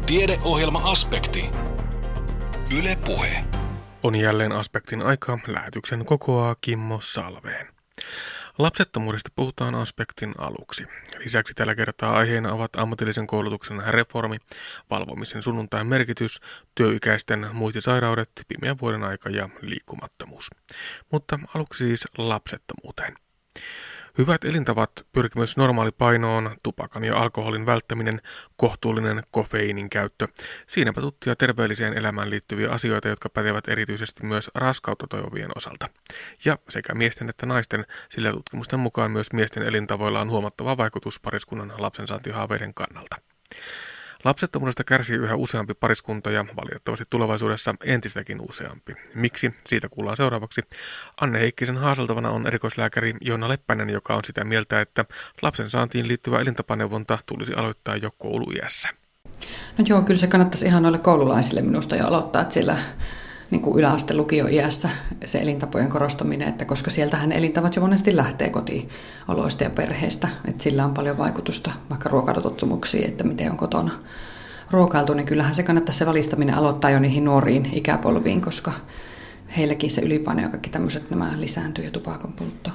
Tiedeohjelma-aspekti. Yle Puhe. On jälleen aspektin aika. Lähetyksen kokoaa Kimmo Salveen. Lapsettomuudesta puhutaan aspektin aluksi. Lisäksi tällä kertaa aiheena ovat ammatillisen koulutuksen reformi, valvomisen sunnuntain merkitys, työikäisten muistisairaudet, pimeän vuoden aika ja liikkumattomuus. Mutta aluksi siis lapsettomuuteen. Hyvät elintavat, pyrkimys normaalipainoon, tupakan ja alkoholin välttäminen, kohtuullinen kofeiinin käyttö. Siinäpä tuttuja terveelliseen elämään liittyviä asioita, jotka pätevät erityisesti myös raskautta toivovien osalta. Ja sekä miesten että naisten, sillä tutkimusten mukaan myös miesten elintavoilla on huomattava vaikutus pariskunnan lapsensaantihaaveiden kannalta. Lapsettomuudesta kärsii yhä useampi pariskunta ja valitettavasti tulevaisuudessa entistäkin useampi. Miksi? Siitä kuullaan seuraavaksi. Anne Heikkisen haaseltavana on erikoislääkäri Joona Leppänen, joka on sitä mieltä, että lapsen saantiin liittyvä elintapaneuvonta tulisi aloittaa jo kouluiässä. No joo, kyllä se kannattaisi ihan noille koululaisille minusta jo aloittaa, että siellä niin kuin yläaste lukioiässä se elintapojen korostaminen, että koska sieltähän elintavat jo monesti lähtee kotioloista ja perheestä, että sillä on paljon vaikutusta vaikka ruokailutottumuksiin, että miten on kotona ruokailtu, niin kyllähän se kannattaisi se valistaminen aloittaa jo niihin nuoriin ikäpolviin, koska heilläkin se ylipaino ja kaikki tämmöiset nämä lisääntyy ja tupakan poltto.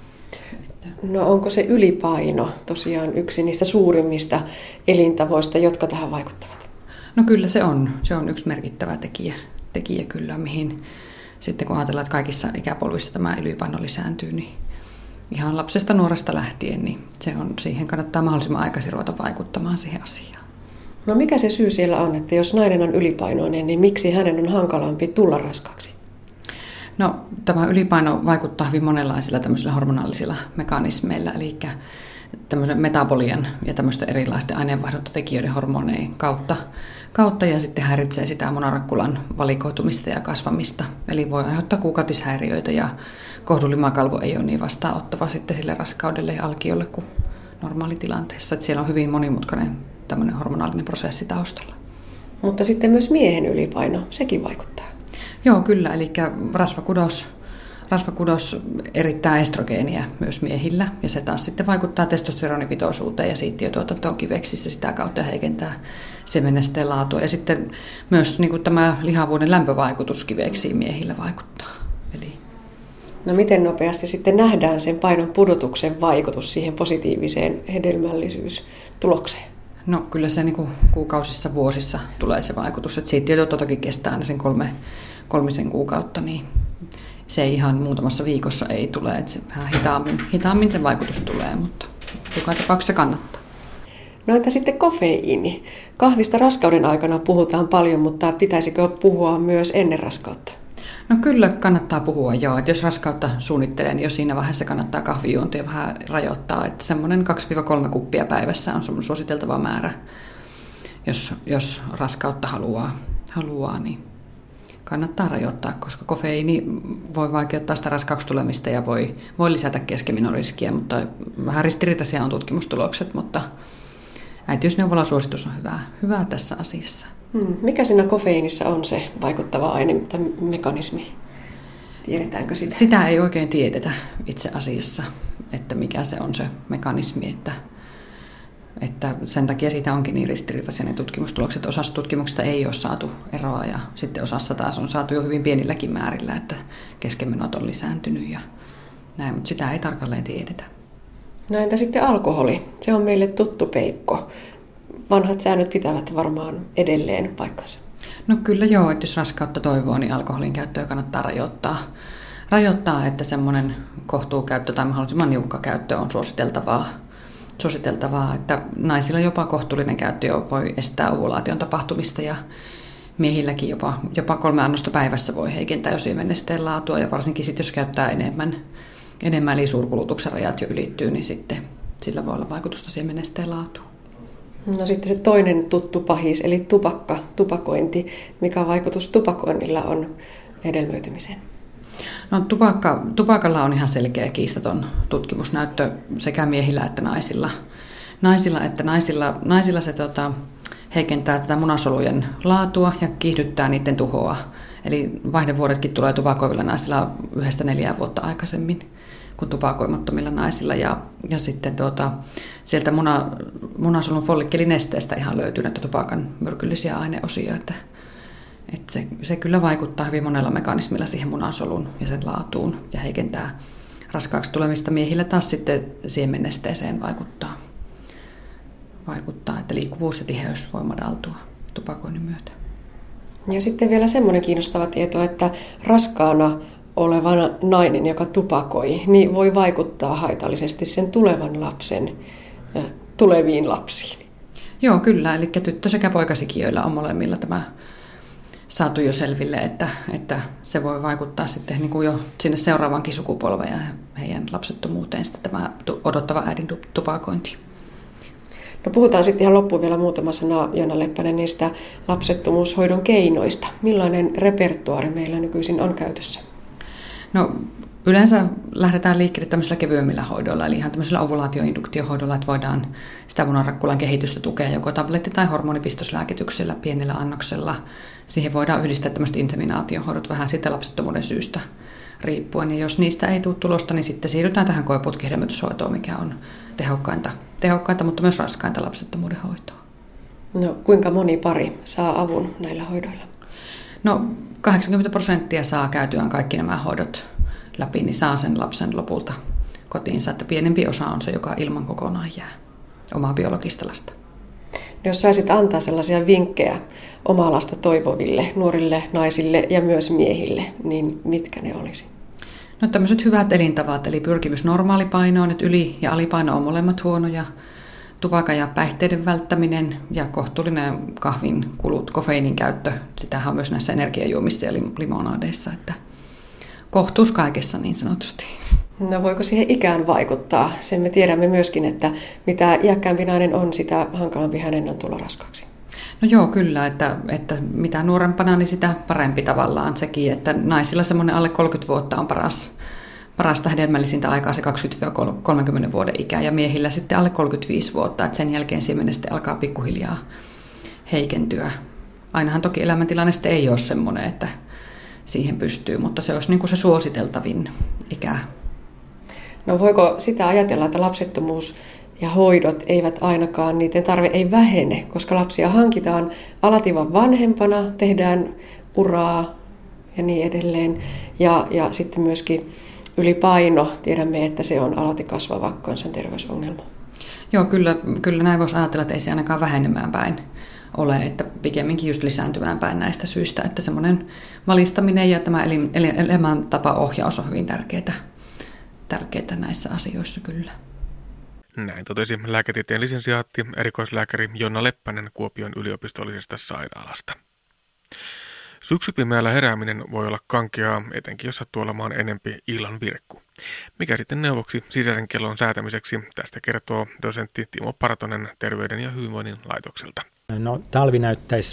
No onko se ylipaino tosiaan yksi niistä suurimmista elintavoista, jotka tähän vaikuttavat? No kyllä se on yksi merkittävä tekijä kyllä, mihin sitten kun ajatellaan, että kaikissa ikäpolvissa tämä ylipaino lisääntyy, niin ihan lapsesta nuoresta lähtien, niin siihen kannattaa mahdollisimman aikaisin ruveta vaikuttamaan siihen asiaan. No mikä se syy siellä on, että jos nainen on ylipainoinen, niin miksi hänen on hankalampi tulla raskaaksi? No tämä ylipaino vaikuttaa hyvin monenlaisilla tämmöisillä hormonaalisilla mekanismeilla, eli tämmöisen metabolian ja tämmöisten erilaisten aineenvaihduntatekijöiden hormoneiden kautta ja sitten häiritsee sitä munarakkulan valikoitumista ja kasvamista. Eli voi aiheuttaa kuukautishäiriöitä ja kohdulimakalvo ei ole niin vastaanottava sitten sille raskaudelle ja alkiolle kuin normaalitilanteessa. Että siellä on hyvin monimutkainen tämmöinen hormonaalinen prosessi taustalla. Mutta sitten myös miehen ylipaino, sekin vaikuttaa. Joo, kyllä. Eli rasvakudos erittää estrogeenia myös miehillä, ja se taas sitten vaikuttaa testosteronipitoisuuteen ja siittiötuotantoon kiveksissä sitä kautta heikentää semennesteen laatua. Ja sitten myös niin kuin tämä lihavuuden lämpövaikutus kiveksiin miehillä vaikuttaa. No miten nopeasti sitten nähdään sen painon pudotuksen vaikutus siihen positiiviseen hedelmällisyystulokseen? No kyllä se niin kuin kuukausissa, vuosissa tulee se vaikutus, että siittiötuotantokin kestää aina sen kolmisen kuukautta, niin se ei ihan muutamassa viikossa ei tule, että se vähän hitaammin se vaikutus tulee, mutta joka tapauksessa kannattaa. No entä sitten kofeiini? Kahvista raskauden aikana puhutaan paljon, mutta pitäisikö puhua myös ennen raskautta? No kyllä kannattaa puhua joo, että jos raskautta suunnittelee, niin jo siinä vaiheessa kannattaa kahvijuontia vähän rajoittaa, että semmoinen 2-3 kuppia päivässä on semmoinen suositeltava määrä, jos raskautta haluaa, niin kannattaa rajoittaa, koska kofeiini voi vaikeuttaa sitä raskaaksi tulemista ja voi lisätä keskenminoriskiä, mutta vähän ristiriitaisia on tutkimustulokset, mutta äitiysneuvolan suositus on hyvä tässä asiassa. Mikä siinä kofeiinissa on se vaikuttava aine tai mekanismi? Tiedetäänkö sitä? Sitä ei oikein tiedetä itse asiassa, että mikä se on se mekanismi, että sen takia siitä onkin niin ristiriitaisia ne tutkimustulokset. Osassa tutkimuksista ei ole saatu eroa ja sitten osassa taas on saatu jo hyvin pienilläkin määrillä, että keskenmenot on lisääntynyt ja näin, mutta sitä ei tarkalleen tiedetä. No entä sitten alkoholi? Se on meille tuttu peikko. Vanhat säännöt pitävät varmaan edelleen paikkansa. No kyllä joo, että jos raskautta toivoo, niin alkoholin käyttöä kannattaa rajoittaa, että semmoinen kohtuukäyttö tai mahdollisimman niukka käyttö on suositeltavaa, että naisilla jopa kohtuullinen käyttö jo voi estää ovulaation tapahtumista ja miehilläkin jopa 3 annosta päivässä voi heikentää jo siemennesteen laatua ja varsinkin sitten jos käyttää enemmän eli suurkulutuksen rajat jo ylittyy, niin sitten sillä voi olla vaikutusta siemennesteen laatuun. No sitten se toinen tuttu pahis, eli tupakointi. Mikä vaikutus tupakoinnilla on hedelmöitymiseen? No tupakalla on ihan selkeä kiistaton tutkimusnäyttö sekä miehillä että naisilla. Naisilla se heikentää tätä munasolujen laatua ja kiihdyttää niiden tuhoa. Eli vaihdevuodetkin tulee tupakoivilla naisilla 1-4 vuotta aikaisemmin kuin tupakoimattomilla naisilla. Ja sitten sieltä munasolun follikkelinesteestä ihan löytyy näitä tupakan myrkyllisiä aineosia, että se kyllä vaikuttaa hyvin monella mekanismilla siihen munasolun ja sen laatuun ja heikentää raskaaksi tulemista. Miehillä taas sitten siemennesteeseen vaikuttaa, että liikkuvuus ja tiheys voi madaltua tupakoinnin myötä. Ja sitten vielä semmoinen kiinnostava tieto, että raskaana oleva nainen, joka tupakoi, niin voi vaikuttaa haitallisesti sen tulevan lapsen tuleviin lapsiin. Joo, kyllä. Eli tyttö- sekä poikasikiöillä on molemmilla tämä saatu jo selville, että se voi vaikuttaa sitten niin kuin jo sinne seuraavaankin sukupolveen ja heidän lapsettomuuteen sitten tämä odottava äidin tupakointi. No puhutaan sitten ihan loppuun vielä muutama sana, Joona Leppänen, niistä lapsettomuushoidon keinoista. Millainen repertuaari meillä nykyisin on käytössä? No yleensä lähdetään liikkeelle tämmöisillä kevyemmillä hoidoilla, eli ihan tämmöisillä ovulaatioinduktiohoidoilla, että voidaan sitä munanrakkulan kehitystä tukea joko tabletti- tai hormonipistoslääkityksellä pienellä annoksella. Siihen voidaan yhdistää tämmöiset inseminaatiohoidot vähän siitä lapsettomuuden syystä riippuen. Ja jos niistä ei tule tulosta, niin sitten siirrytään tähän koeputkihedelmöityshoitoon, mikä on tehokkainta, mutta myös raskainta lapsettomuuden hoitoa. No kuinka moni pari saa avun näillä hoidoilla? No 80% saa käytyään kaikki nämä hoidot läpi, niin saa sen lapsen lopulta kotiinsa, että pienempi osa on se, joka ilman kokonaan jää omaa biologista lasta. No jos saisit antaa sellaisia vinkkejä omaa lasta toivoville nuorille naisille ja myös miehille, niin mitkä ne olisi? No tämmöiset hyvät elintavat, eli pyrkimys normaalipainoon, että yli- ja alipaino on molemmat huonoja, tupakan ja päihteiden välttäminen ja kohtuullinen kahvin kulut, kofeiinin käyttö, sitähän on myös näissä energiajuomissa ja limonaadeissa, että kohtuus kaikessa niin sanotusti. No voiko siihen ikään vaikuttaa? Sen me tiedämme myöskin, että mitä iäkkäämpi nainen on, sitä hankalampi hänen on tulla raskaaksi. No joo, kyllä, että mitä nuorempana, niin sitä parempi tavallaan sekin, että naisilla semmoinen alle 30 vuotta on parasta hedelmällisintä aikaa se 20-30 vuoden ikä ja miehillä sitten alle 35 vuotta, että sen jälkeen siemen sitten alkaa pikkuhiljaa heikentyä. Ainahan toki elämäntilanne sitten ei ole semmoinen, että siihen pystyy, mutta se olisi niin kuin se suositeltavin ikä. No voiko sitä ajatella, että lapsettomuus ja hoidot eivät ainakaan, niiden tarve ei vähene, koska lapsia hankitaan alativan vanhempana, tehdään uraa ja niin edelleen. Ja sitten myöskin ylipaino, tiedämme, että se on alati kasvava kansanterveysongelma. Joo, kyllä näin voisi ajatella, että ei se ainakaan vähenemään päin ole, että pikemminkin just lisääntymään päin näistä syistä, että semmoinen valistaminen ja tämä elämäntapaohjaus on hyvin tärkeää näissä asioissa kyllä. Näin totesi lääketieteen lisensiaatti, erikoislääkäri Joona Leppänen Kuopion yliopistollisesta sairaalasta. Syksypimeällä herääminen voi olla kankeaa, etenkin jos sattuu olemaan enempi illan virkku. Mikä sitten neuvoksi sisäisen kellon säätämiseksi, tästä kertoo dosentti Timo Partonen Terveyden ja hyvinvoinnin laitokselta. No, talvi näyttäisi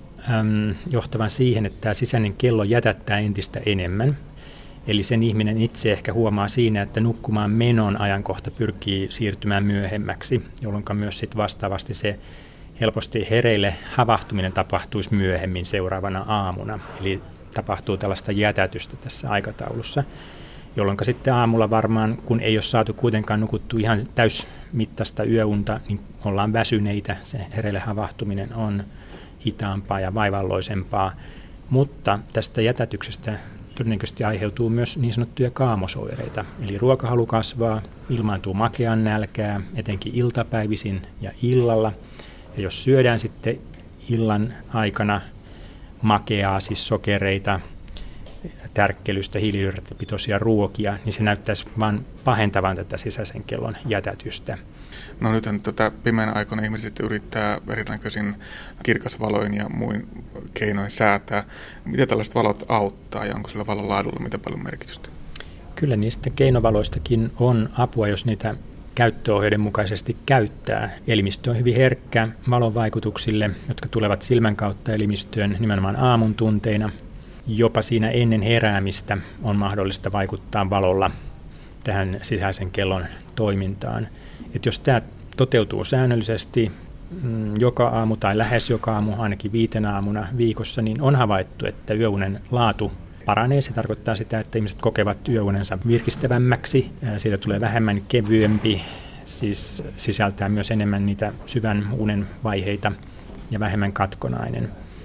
johtavan siihen, että tämä sisäinen kello jätättää entistä enemmän. Eli sen ihminen itse ehkä huomaa siinä, että nukkumaan menon ajankohta pyrkii siirtymään myöhemmäksi, jolloin myös sit vastaavasti se helposti hereille havahtuminen tapahtuisi myöhemmin seuraavana aamuna. Eli tapahtuu tällaista jätätystä tässä aikataulussa, jolloin sitten aamulla varmaan, kun ei ole saatu kuitenkaan nukuttu ihan täysmittaista yöunta, niin ollaan väsyneitä. Se hereille havahtuminen on hitaampaa ja vaivalloisempaa, mutta tästä jätätyksestä todennäköisesti aiheutuu myös niin sanottuja kaamosoireita. Eli ruokahalu kasvaa, ilmaantuu makean nälkää, etenkin iltapäivisin ja illalla. Ja jos syödään sitten illan aikana makeaa, siis sokereita, tärkkelystä, hiilihydraattipitoisia ruokia, niin se näyttäisi vain pahentavan tätä sisäisen kellon jätätystä. No nythän pimeänä aikoina ihmiset yrittää erinäköisin kirkasvaloin ja muin keinoin säätää. Miten tällaiset valot auttaa ja onko sillä valon laadulla mitä paljon merkitystä? Kyllä niistä keinovaloistakin on apua, jos niitä käyttöohjeiden mukaisesti käyttää. Elimistö on hyvin herkkä valon vaikutuksille, jotka tulevat silmän kautta elimistöön nimenomaan aamun tunteina. Jopa siinä ennen heräämistä on mahdollista vaikuttaa valolla tähän sisäisen kellon toimintaan. Et jos tämä toteutuu säännöllisesti joka aamu tai lähes joka aamu, ainakin 5 aamuna viikossa, niin on havaittu, että yöunen laatu paranee. Se tarkoittaa sitä, että ihmiset kokevat yöunensa virkistävämmäksi. Siitä tulee vähemmän kevyempi. siis sisältää myös enemmän niitä syvän unen vaiheita ja vähemmän katkonainen.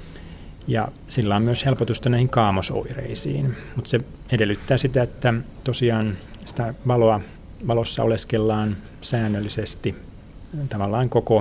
Ja sillä on myös helpotusta näihin kaamosoireisiin, mutta se edellyttää sitä, että tosiaan sitä valossa oleskellaan säännöllisesti tavallaan koko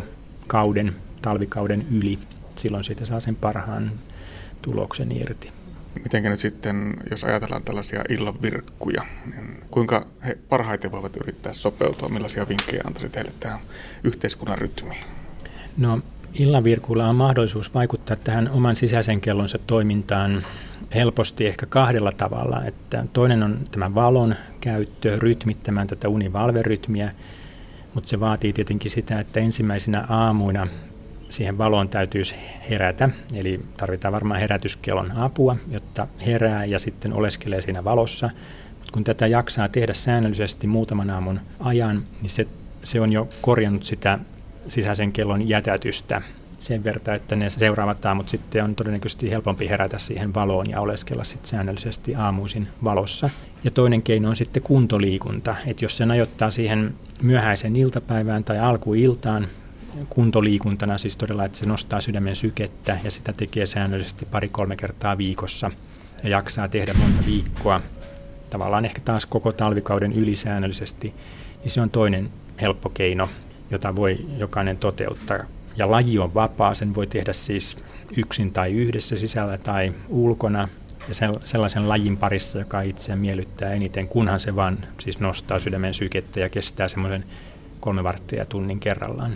talvikauden yli. Silloin siitä saa sen parhaan tuloksen irti. Mitenkä nyt sitten, jos ajatellaan tällaisia illanvirkkuja, niin kuinka he parhaiten voivat yrittää sopeutua? Millaisia vinkkejä antaisit heille tähän yhteiskunnan rytmiin? No, illanvirkuilla on mahdollisuus vaikuttaa tähän oman sisäisen kellonsa toimintaan helposti ehkä kahdella tavalla. Että toinen on tämä valon käyttö rytmittämään tätä univalverytmiä, mutta se vaatii tietenkin sitä, että ensimmäisinä aamuina siihen valoon täytyisi herätä, eli tarvitaan varmaan herätyskellon apua, jotta herää ja sitten oleskelee siinä valossa. Mutta kun tätä jaksaa tehdä säännöllisesti muutaman aamun ajan, niin se on jo korjannut sitä sisäisen kellon jätätystä sen verran, että ne seuraavat aamut sitten on todennäköisesti helpompi herätä siihen valoon ja oleskella sitten säännöllisesti aamuisin valossa. Ja toinen keino on sitten kuntoliikunta, että jos sen ajoittaa siihen myöhäisen iltapäivään tai alkuiltaan, kuntoliikuntana siis todella, että se nostaa sydämen sykettä ja sitä tekee säännöllisesti 2-3 kertaa viikossa ja jaksaa tehdä monta viikkoa, tavallaan ehkä taas koko talvikauden ylisäännöllisesti, niin se on toinen helppo keino, jota voi jokainen toteuttaa. Ja laji on vapaa, sen voi tehdä siis yksin tai yhdessä sisällä tai ulkona ja sellaisen lajin parissa, joka itseään miellyttää eniten, kunhan se vaan siis nostaa sydämen sykettä ja kestää semmoisen 3 varttia tunnin kerrallaan.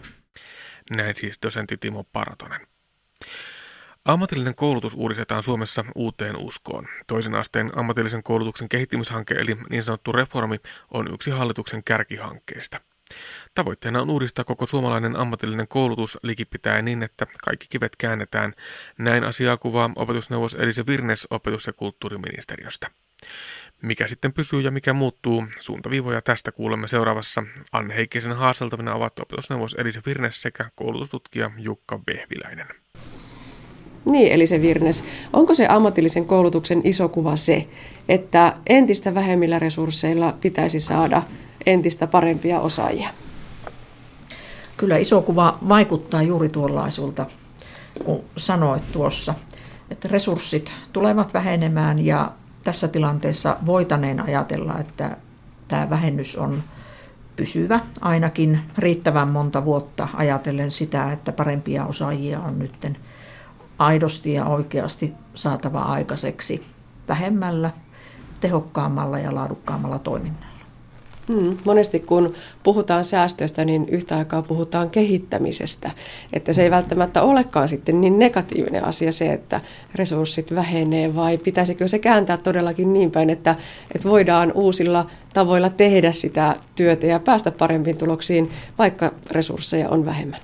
Näin siis dosentti Timo Partonen. Ammatillinen koulutus uudistetaan Suomessa uuteen uskoon. Toisen asteen ammatillisen koulutuksen kehittämishanke eli niin sanottu reformi on yksi hallituksen kärkihankkeista. Tavoitteena on uudistaa koko suomalainen ammatillinen koulutus likipitäen niin, että kaikki kivet käännetään. Näin asiaa kuvaa opetusneuvos Elisa Virnes opetus- ja kulttuuriministeriöstä. Mikä sitten pysyy ja mikä muuttuu? Suuntaviivoja tästä kuulemme seuraavassa. Anne Heikkisen haasteltavina ovat opetusneuvos Elisa Virnes sekä koulutustutkija Jukka Vehviläinen. Niin, Elisa Virnes. Onko se ammatillisen koulutuksen iso kuva se, että entistä vähemmillä resursseilla pitäisi saada entistä parempia osaajia? Kyllä iso kuva vaikuttaa juuri tuollaisulta, kun sanoit tuossa, että resurssit tulevat vähenemään ja tässä tilanteessa voitaneen ajatella, että tämä vähennys on pysyvä, ainakin riittävän monta vuotta ajatellen sitä, että parempia osaajia on nyt aidosti ja oikeasti saatava aikaiseksi vähemmällä, tehokkaammalla ja laadukkaammalla toiminnalla. Monesti kun puhutaan säästöistä, niin yhtä aikaa puhutaan kehittämisestä. Että se ei välttämättä olekaan sitten niin negatiivinen asia se, että resurssit vähenee, vai pitäisikö se kääntää todellakin niin päin, että voidaan uusilla tavoilla tehdä sitä työtä ja päästä parempiin tuloksiin, vaikka resursseja on vähemmän?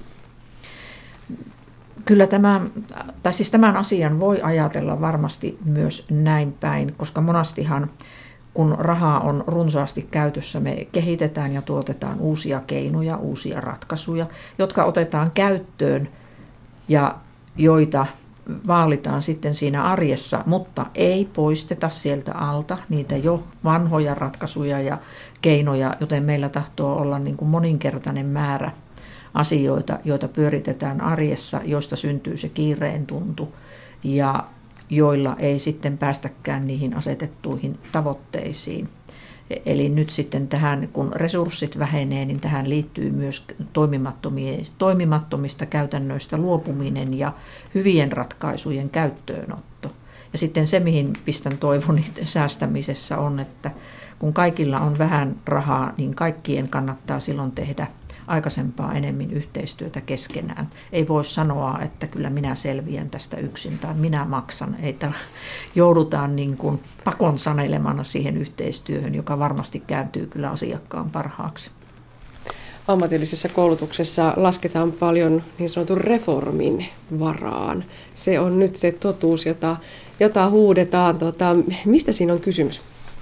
Kyllä tämän asian voi ajatella varmasti myös näin päin, koska monastihan kun rahaa on runsaasti käytössä, me kehitetään ja tuotetaan uusia keinoja, uusia ratkaisuja, jotka otetaan käyttöön ja joita vaalitaan sitten siinä arjessa, mutta ei poisteta sieltä alta niitä jo vanhoja ratkaisuja ja keinoja, joten meillä tahtoo olla niin kuin moninkertainen määrä asioita, joita pyöritetään arjessa, joista syntyy se kiireen tuntu ja joilla ei sitten päästäkään niihin asetettuihin tavoitteisiin. Eli nyt sitten tähän, kun resurssit vähenee, niin tähän liittyy myös toimimattomista käytännöistä luopuminen ja hyvien ratkaisujen käyttöönotto. Ja sitten se, mihin pistän toivoni säästämisessä on, että kun kaikilla on vähän rahaa, niin kaikkien kannattaa silloin tehdä aikaisempaa enemmän yhteistyötä keskenään. Ei voi sanoa, että kyllä minä selviän tästä yksin tai minä maksan. Joudutaan niin kuin pakon sanelemana siihen yhteistyöhön, joka varmasti kääntyy kyllä asiakkaan parhaaksi. Ammatillisessa koulutuksessa lasketaan paljon niin sanotun reformin varaan. Se on nyt se totuus, jota huudetaan. Mistä siinä on kysymys?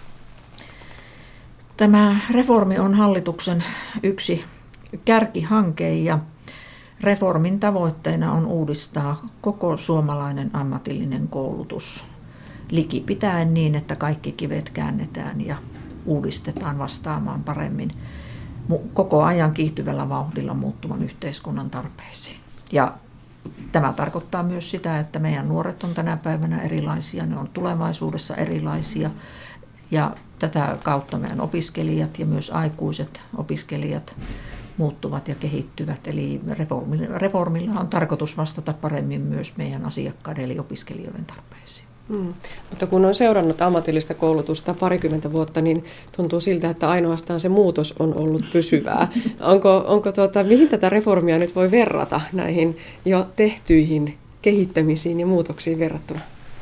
Tämä reformi on hallituksen yksi kärkihanke ja reformin tavoitteena on uudistaa koko suomalainen ammatillinen koulutus likipitäen niin, että kaikki kivet käännetään ja uudistetaan vastaamaan paremmin koko ajan kiihtyvällä vauhdilla muuttuvan yhteiskunnan tarpeisiin. Ja tämä tarkoittaa myös sitä, että meidän nuoret on tänä päivänä erilaisia, ne on tulevaisuudessa erilaisia ja tätä kautta meidän opiskelijat ja myös aikuiset opiskelijat muuttuvat ja kehittyvät. Eli reformilla on tarkoitus vastata paremmin myös meidän asiakkaiden eli opiskelijoiden tarpeisiin. Mutta kun on seurannut ammatillista koulutusta parikymmentä vuotta, niin tuntuu siltä, että ainoastaan se muutos on ollut pysyvää. Mihin tätä reformia nyt voi verrata näihin jo kehittämisiin ja muutoksiin verrattuna?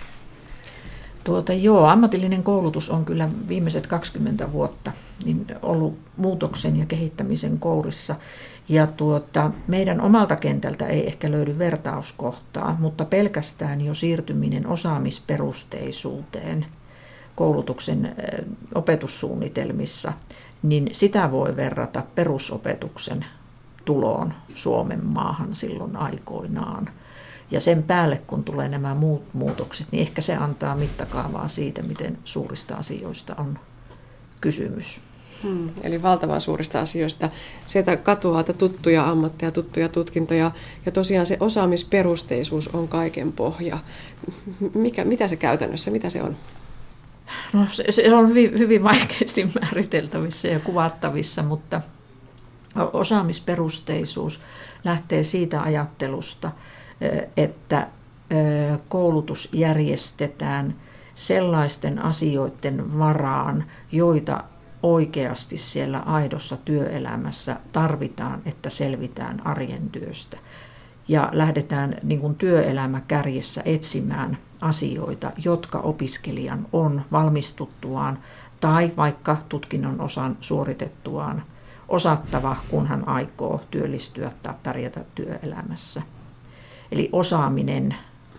Ammatillinen koulutus on kyllä viimeiset 20 vuotta niin ollut muutoksen ja kehittämisen kourissa. Ja meidän omalta kentältä ei ehkä löydy vertauskohtaa, mutta pelkästään jo siirtyminen osaamisperusteisuuteen koulutuksen opetussuunnitelmissa, niin sitä voi verrata perusopetuksen tuloon Suomen maahan silloin aikoinaan. Ja sen päälle, kun tulee nämä muut muutokset, niin ehkä se antaa mittakaavaa siitä, miten suurista asioista on kysymys. Eli valtavan suurista asioista. Sieltä katoaa tuttuja ammatteja, tuttuja tutkintoja ja tosiaan se osaamisperusteisuus on kaiken pohja. Mitä se käytännössä, mitä se on? No, se on hyvin, hyvin vaikeasti määriteltävissä ja kuvattavissa, mutta osaamisperusteisuus lähtee siitä ajattelusta, että koulutus järjestetään sellaisten asioiden varaan, joita oikeasti siellä aidossa työelämässä tarvitaan, että selvitään arjen työstä. Ja lähdetään niin kuin työelämäkärjessä etsimään asioita, jotka opiskelijan on valmistuttuaan tai vaikka tutkinnon osan suoritettuaan osattava, kun hän aikoo työllistyä tai pärjätä työelämässä. Eli osaaminen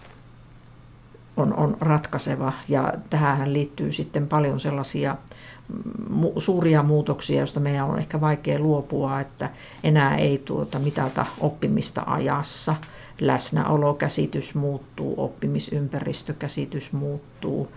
on ratkaiseva ja tähän liittyy sitten paljon sellaisia suuria muutoksia, joista meidän on ehkä vaikea luopua, että enää ei mitata oppimista ajassa. Läsnäolokäsitys muuttuu, oppimisympäristökäsitys muuttuu,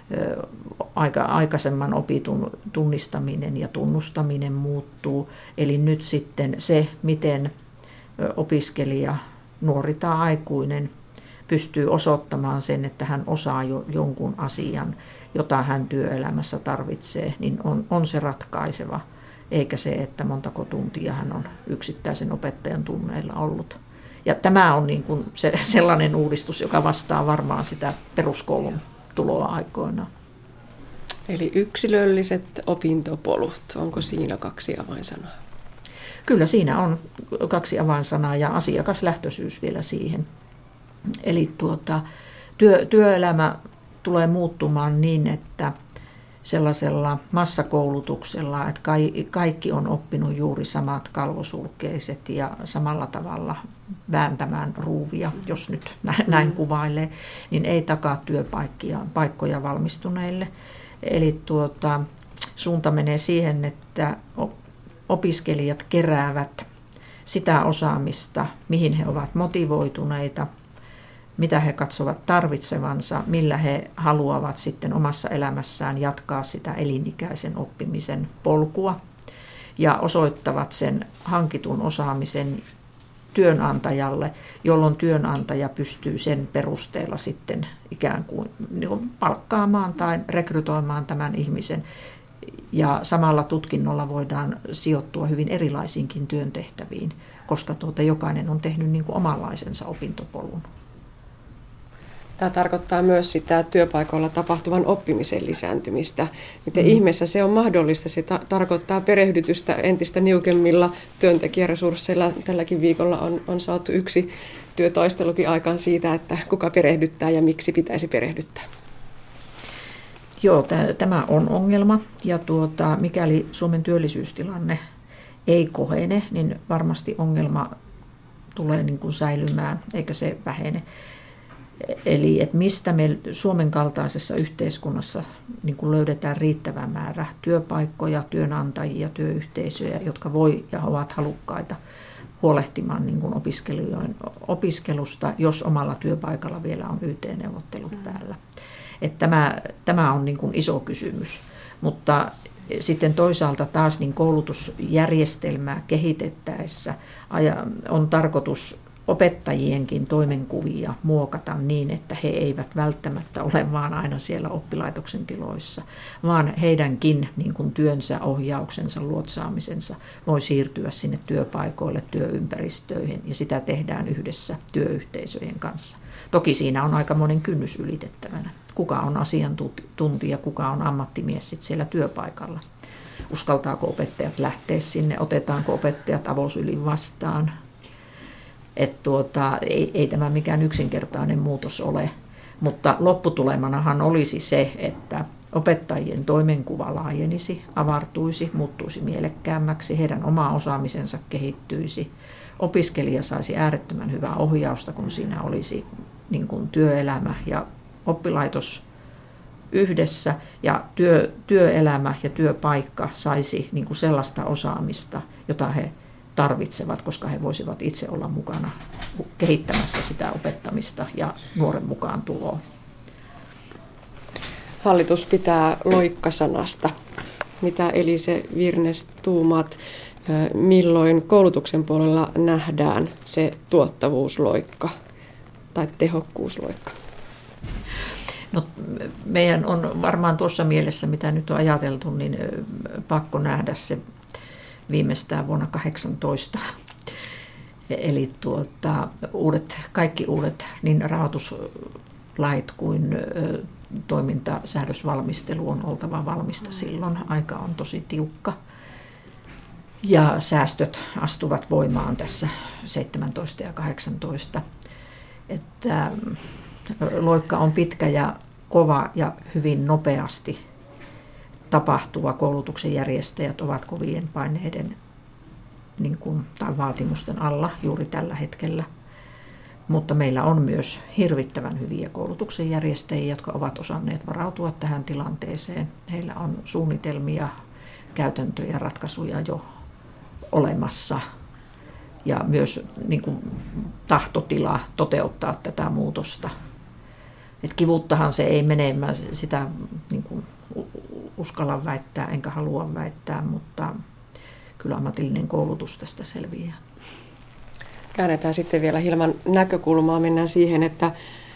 aikaisemman opitun tunnistaminen ja tunnustaminen muuttuu. Eli nyt sitten se, miten opiskelija, nuori tai aikuinen pystyy osoittamaan sen, että hän osaa jo jonkun asian, jota hän työelämässä tarvitsee, niin on se ratkaiseva, eikä se, että montako tuntia hän on yksittäisen opettajan tunneilla ollut. Ja tämä on niin kuin sellainen uudistus, joka vastaa varmaan sitä peruskoulun tuloa aikoinaan. Eli yksilölliset opintopolut, onko siinä 2 avainsanaa? Kyllä siinä on 2 avainsanaa ja asiakaslähtöisyys vielä siihen. Eli työelämä tulee muuttumaan niin, että sellaisella massakoulutuksella, että kaikki on oppinut juuri samat kalvosulkeiset ja samalla tavalla vääntämään ruuvia, jos nyt näin kuvailee, niin ei takaa työpaikkoja valmistuneille. Eli suunta menee siihen, että opiskelijat keräävät sitä osaamista, mihin he ovat motivoituneita, mitä he katsovat tarvitsevansa, millä he haluavat sitten omassa elämässään jatkaa sitä elinikäisen oppimisen polkua ja osoittavat sen hankitun osaamisen työnantajalle, jolloin työnantaja pystyy sen perusteella sitten ikään kuin palkkaamaan tai rekrytoimaan tämän ihmisen. Ja samalla tutkinnolla voidaan sijoittua hyvin erilaisiinkin työntehtäviin, koska jokainen on tehnyt niin kuin omanlaisensa opintopolun. Tämä tarkoittaa myös sitä työpaikoilla tapahtuvan oppimisen lisääntymistä. Miten ihmeessä se on mahdollista? Se tarkoittaa perehdytystä entistä niukemmilla työntekijäresursseilla. Tälläkin viikolla on saatu yksi työtaistelukin aikaan siitä, että kuka perehdyttää ja miksi pitäisi perehdyttää. Joo, tämä on ongelma ja mikäli Suomen työllisyystilanne ei kohene, niin varmasti ongelma tulee niin kuin säilymään eikä se vähene. Eli että mistä me Suomen kaltaisessa yhteiskunnassa niin kuin löydetään riittävä määrä työpaikkoja, työnantajia, työyhteisöjä, jotka voi ja ovat halukkaita huolehtimaan niin kuin opiskelijoiden opiskelusta, jos omalla työpaikalla vielä on YT-neuvottelut päällä. Että tämä on niin kuin iso kysymys, mutta Sitten toisaalta taas niin koulutusjärjestelmää kehitettäessä on tarkoitus opettajienkin toimenkuvia muokata niin, että he eivät välttämättä ole vaan aina siellä oppilaitoksen tiloissa, vaan heidänkin niin kuin työnsä, ohjauksensa, luotsaamisensa voi siirtyä sinne työpaikoille, työympäristöihin, ja sitä tehdään yhdessä työyhteisöjen kanssa. Toki siinä on aikamoinen kynnys ylitettävänä. Kuka on asiantuntija, kuka on ammattimies sit siellä työpaikalla. Uskaltaako opettajat lähteä sinne, otetaanko opettajat avosylin vastaan. Ei tämä mikään yksinkertainen muutos ole, mutta lopputulemanahan olisi se, että opettajien toimenkuva laajenisi, avartuisi, muuttuisi mielekkäämmäksi, heidän oma osaamisensa kehittyisi. Opiskelija saisi äärettömän hyvää ohjausta, kun siinä olisi niin kuin työelämä ja oppilaitos yhdessä, ja työelämä ja työpaikka saisi niin kuin sellaista osaamista, jota he tarvitsevat, koska he voisivat itse olla mukana kehittämässä sitä opettamista ja nuoren mukaan tuloa. Hallitus pitää loikkasanasta. Mitä Elise Virnes tuumaat, milloin koulutuksen puolella nähdään se tuottavuusloikka tai tehokkuusloikka? No, meidän on varmaan tuossa mielessä, mitä nyt on ajateltu, niin pakko nähdä se viimeistään vuonna 2018. Eli kaikki uudet niin rahoituslait kuin toimintasäädösvalmistelu on oltava valmista silloin. Aika on tosi tiukka. Ja säästöt astuvat voimaan tässä 17 ja 18. Että loikka on pitkä ja kova ja hyvin nopeasti tapahtuva. Koulutuksen järjestäjät ovat kovien paineiden tai vaatimusten alla juuri tällä hetkellä. Mutta meillä on myös hirvittävän hyviä koulutuksen järjestäjiä, jotka ovat osanneet varautua tähän tilanteeseen. Heillä on suunnitelmia, käytäntöjä, ratkaisuja jo olemassa ja myös tahtotila toteuttaa tätä muutosta. Et kivuttahan se ei mene, mä sitä uskallan väittää enkä halua väittää, mutta kyllä ammatillinen koulutus tästä selviää. Käännetään sitten vielä hieman näkökulmaa, mennään siihen, että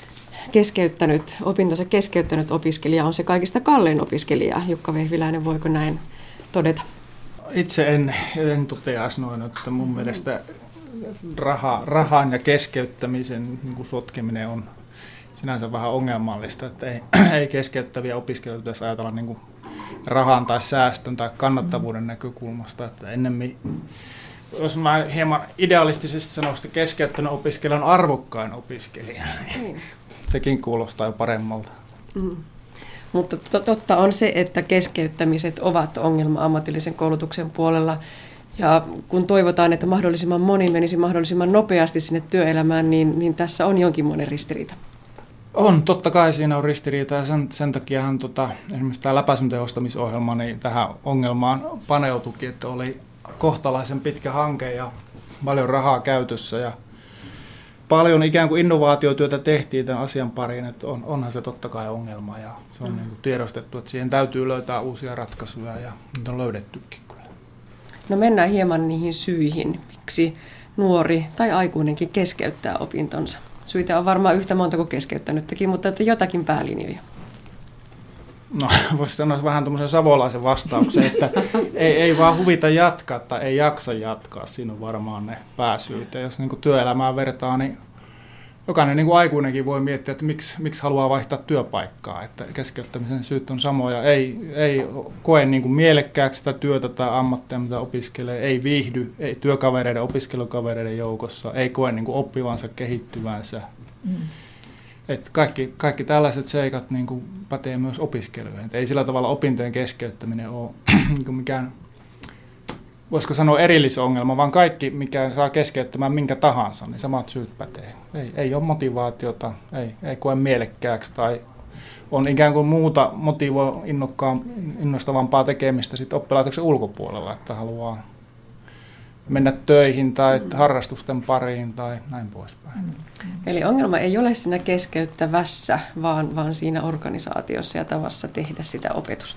opintonsa keskeyttänyt opiskelija on se kaikista kallein opiskelija. Jukka Vehviläinen, voiko näin todeta? Itse en toteaisi noin, että mun mielestä rahan ja keskeyttämisen sotkeminen on sinänsä vähän ongelmallista, että ei keskeyttäviä opiskelijoita pitäisi ajatella rahan tai säästön tai kannattavuuden näkökulmasta, että ennemmin, jos mä hieman idealistisesti sanoisin, että keskeyttänyt opiskelija on arvokkain opiskelija, sekin kuulostaa jo paremmalta. Mutta totta on se, että keskeyttämiset ovat ongelma ammatillisen koulutuksen puolella. Ja kun toivotaan, että mahdollisimman moni menisi mahdollisimman nopeasti sinne työelämään, niin tässä on jonkinmoinen ristiriita. On, totta kai siinä on ristiriita, ja sen takiahan esimerkiksi tämä läpäisyn tehostamisohjelma niin tähän ongelmaan paneutuikin, että oli kohtalaisen pitkä hanke ja paljon rahaa käytössä ja paljon ikään kuin innovaatiotyötä tehtiin tämän asian pariin, että onhan se totta kai ongelma ja se on tiedostettu, että siihen täytyy löytää uusia ratkaisuja ja niitä on löydettykin kyllä. No mennään hieman niihin syihin, miksi nuori tai aikuinenkin keskeyttää opintonsa. Syitä on varmaan yhtä monta kuin keskeyttänyttäkin, mutta että jotakin päälinjoja. No voisi sanoa vähän tuommoisen savolaisen vastauksen, että ei vaan huvita jatkaa tai ei jaksa jatkaa. Siinä on varmaan ne pääsyyt. Ja jos työelämää vertaa, niin jokainen aikuinenkin voi miettiä, että miksi haluaa vaihtaa työpaikkaa. Että keskeyttämisen syyt on samoja. Ei koe mielekkääksi sitä työtä tai ammattia, mitä opiskelee. Ei viihdy ei työkavereiden, opiskelukavereiden joukossa. Ei koe oppivansa, kehittyvänsä. Että kaikki tällaiset seikat pätee myös opiskeluihin. Ei sillä tavalla opintojen keskeyttäminen ole mikään, voisiko sanoa erillisongelma, vaan kaikki, mikä saa keskeyttämään minkä tahansa, niin samat syyt pätee. Ei ole motivaatiota, ei koe mielekkääksi tai on ikään kuin muuta innostavampaa tekemistä sit oppilaitoksen ulkopuolella, että haluaa mennä töihin tai harrastusten pariin tai näin poispäin. Eli ongelma ei ole siinä keskeyttävässä, vaan siinä organisaatiossa ja tavassa tehdä sitä opetusta.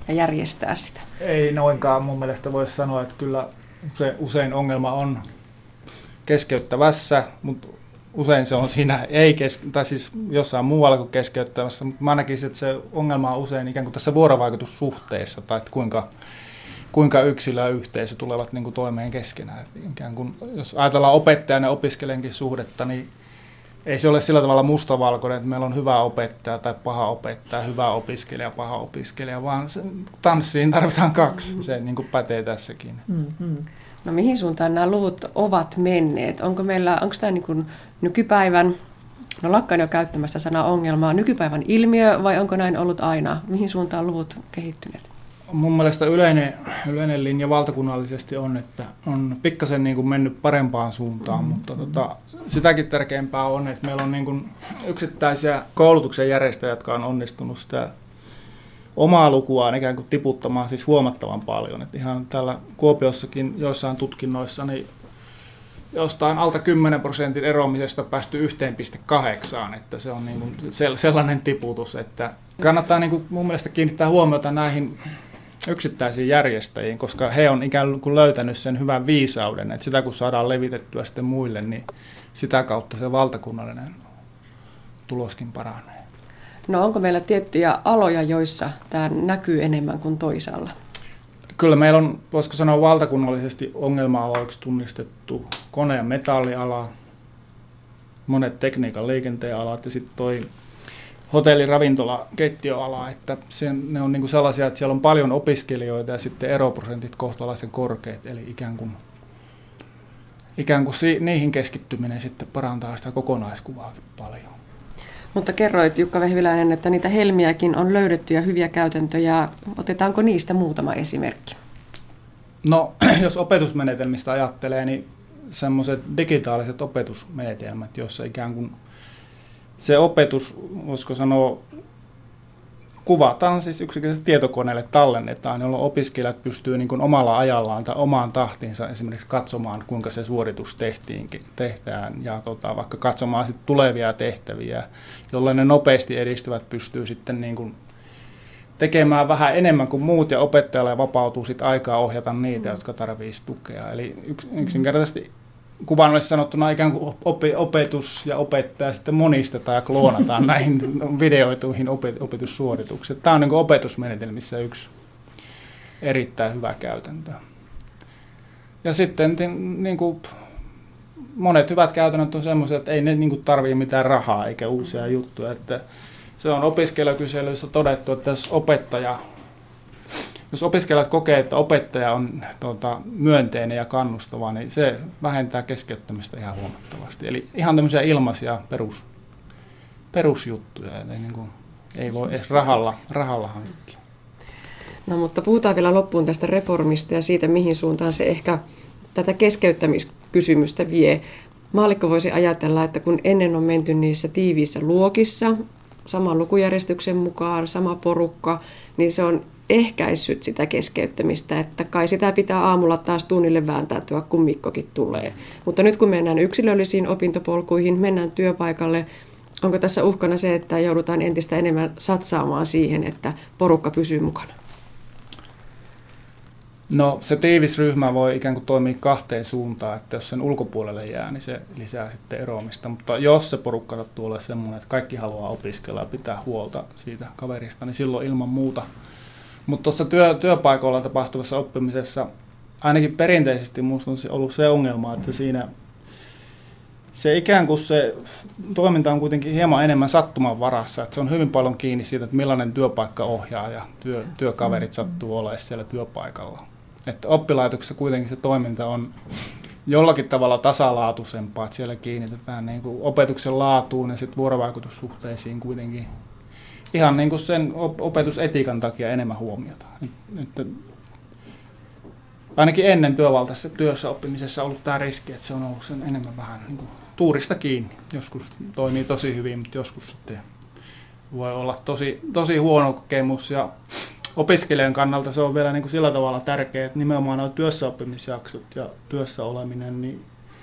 ja järjestää sitä? Ei noinkaan mun mielestä voisi sanoa, että kyllä se usein ongelma on keskeyttävässä, mutta usein se on siinä tai siis jossain muualla kuin keskeyttävässä, mutta mä näkisin, että se ongelma on usein ikään kuin tässä vuorovaikutussuhteessa, tai että kuinka yksilö ja yhteisö tulevat niin kuin toimeen keskenään. Ikään kuin, jos ajatellaan opettajan ja opiskelijankin suhdetta, niin ei se ole sillä tavalla mustavalkoinen, että meillä on hyvä opettaja tai paha opettaja, hyvä opiskelija, paha opiskelija, vaan tanssiin tarvitaan kaksi. Se niin kuin pätee tässäkin. Mm-hmm. No mihin suuntaan nämä luvut ovat menneet? Onko tämä niin kuin nykypäivän, no lakkaan jo käyttämästä sanaa ongelmaa, nykypäivän ilmiö vai onko näin ollut aina? Mihin suuntaan luvut kehittyneet? Mun mielestä yleinen linja valtakunnallisesti on, että on pikkasen niin kuin mennyt parempaan suuntaan, mutta sitäkin tärkeämpää on, että meillä on niin kuin yksittäisiä koulutuksen järjestäjiä, jotka on onnistunut sitä omaa lukuaan ikään kuin tiputtamaan siis huomattavan paljon. Että ihan täällä Kuopiossakin joissain tutkinnoissa niin jostain alta 10% eroamisesta päästy 1,8, että se on niin kuin sellainen tiputus, että kannattaa niin kuin mun mielestä kiinnittää huomiota näihin yksittäisiin järjestäjiin, koska he on ikään kuin löytänyt sen hyvän viisauden, että sitä kun saadaan levitettyä sitten muille, niin sitä kautta se valtakunnallinen tuloskin paranee. No onko meillä tiettyjä aloja, joissa tämä näkyy enemmän kuin toisaalla? Kyllä meillä on, voisiko sanoa valtakunnallisesti ongelma-aloiksi tunnistettu kone- ja metalliala, monet tekniikan liikenteen alat ja sitten toi hotelli-, ravintola-, keittiöala, että ne on niinku sellaisia, että siellä on paljon opiskelijoita ja sitten eroprosentit kohtalaisen korkeat, eli ikään kuin niihin keskittyminen sitten parantaa sitä kokonaiskuvaakin paljon. Mutta kerroit, Jukka Vehviläinen, että niitä helmiäkin on löydetty ja hyviä käytäntöjä. Otetaanko niistä muutama esimerkki? No, jos opetusmenetelmistä ajattelee, niin semmoiset digitaaliset opetusmenetelmät, joissa ikään kuin se opetus, voisiko sanoa, kuvataan siis yksinkertaisesti tietokoneelle tallennetaan, jolloin opiskelijat pystyy niin kuin omalla ajallaan tai omaan tahtiinsa esimerkiksi katsomaan, kuinka se suoritus tehdään ja vaikka katsomaan sitten tulevia tehtäviä, jolloin ne nopeasti edistyvät pystyy sitten niin kuin tekemään vähän enemmän kuin muut ja opettajalle vapautuu sitten aikaa ohjata niitä, jotka tarvitsisi tukea. Eli yksinkertaisesti kuvaannollisesti sanottuna ikään kuin opetus ja opettaja sitten monistetaan ja kloonataan näihin videoituihin opetussuorituksiin. Tämä on niin kuin opetusmenetelmissä yksi erittäin hyvä käytäntö. Ja sitten niin kuin monet hyvät käytännöt on semmoisia, että ei ne niin kuin tarvitse mitään rahaa eikä uusia juttuja. Että se on opiskelijakyselyissä todettu, että jos opiskelijat kokee, että opettaja on myönteinen ja kannustava, niin se vähentää keskeyttämistä ihan huomattavasti. Eli ihan tämmöisiä ilmaisia perusjuttuja, ei voi edes rahalla hankkia. No mutta puhutaan vielä loppuun tästä reformista ja siitä, mihin suuntaan se ehkä tätä keskeyttämiskysymystä vie. Maallikko voisi ajatella, että kun ennen on menty niissä tiiviissä luokissa, saman lukujärjestyksen mukaan, sama porukka, niin se on ehkäissyt sitä keskeyttämistä, että kai sitä pitää aamulla taas tunnille vääntäytyä, kun Mikkokin tulee. Mutta nyt kun mennään yksilöllisiin opintopolkuihin, mennään työpaikalle, onko tässä uhkana se, että joudutaan entistä enemmän satsaamaan siihen, että porukka pysyy mukana? No se tiivis ryhmä voi ikään kuin toimia kahteen suuntaan, että jos sen ulkopuolelle jää, niin se lisää sitten eroamista. Mutta jos se porukka sattuu olemaan semmoinen, että kaikki haluaa opiskella ja pitää huolta siitä kaverista, niin silloin ilman muuta. Mutta tuossa työpaikoilla tapahtuvassa oppimisessa ainakin perinteisesti minusta on ollut se ongelma, että siinä se ikään kuin se toiminta on kuitenkin hieman enemmän sattuman varassa. Että se on hyvin paljon kiinni siitä, että millainen työpaikka ohjaa ja työkaverit sattuu olemaan siellä työpaikalla. Että oppilaitoksessa kuitenkin se toiminta on jollakin tavalla tasalaatuisempaa, että siellä kiinnitetään niin kuin opetuksen laatuun ja sitten vuorovaikutussuhteisiin kuitenkin ihan niin kuin sen opetusetiikan takia enemmän huomiota. Että ainakin ennen työvaltaisessa työssä oppimisessa on ollut tämä riski, että se on ollut sen enemmän vähän niin kuin tuurista kiinni. Joskus toimii tosi hyvin, mutta joskus sitten voi olla tosi huono kokemus. Ja opiskelijan kannalta se on vielä niin kuin sillä tavalla tärkeää, että nimenomaan nuo työssäoppimisjaksot ja työssä oleminen, niin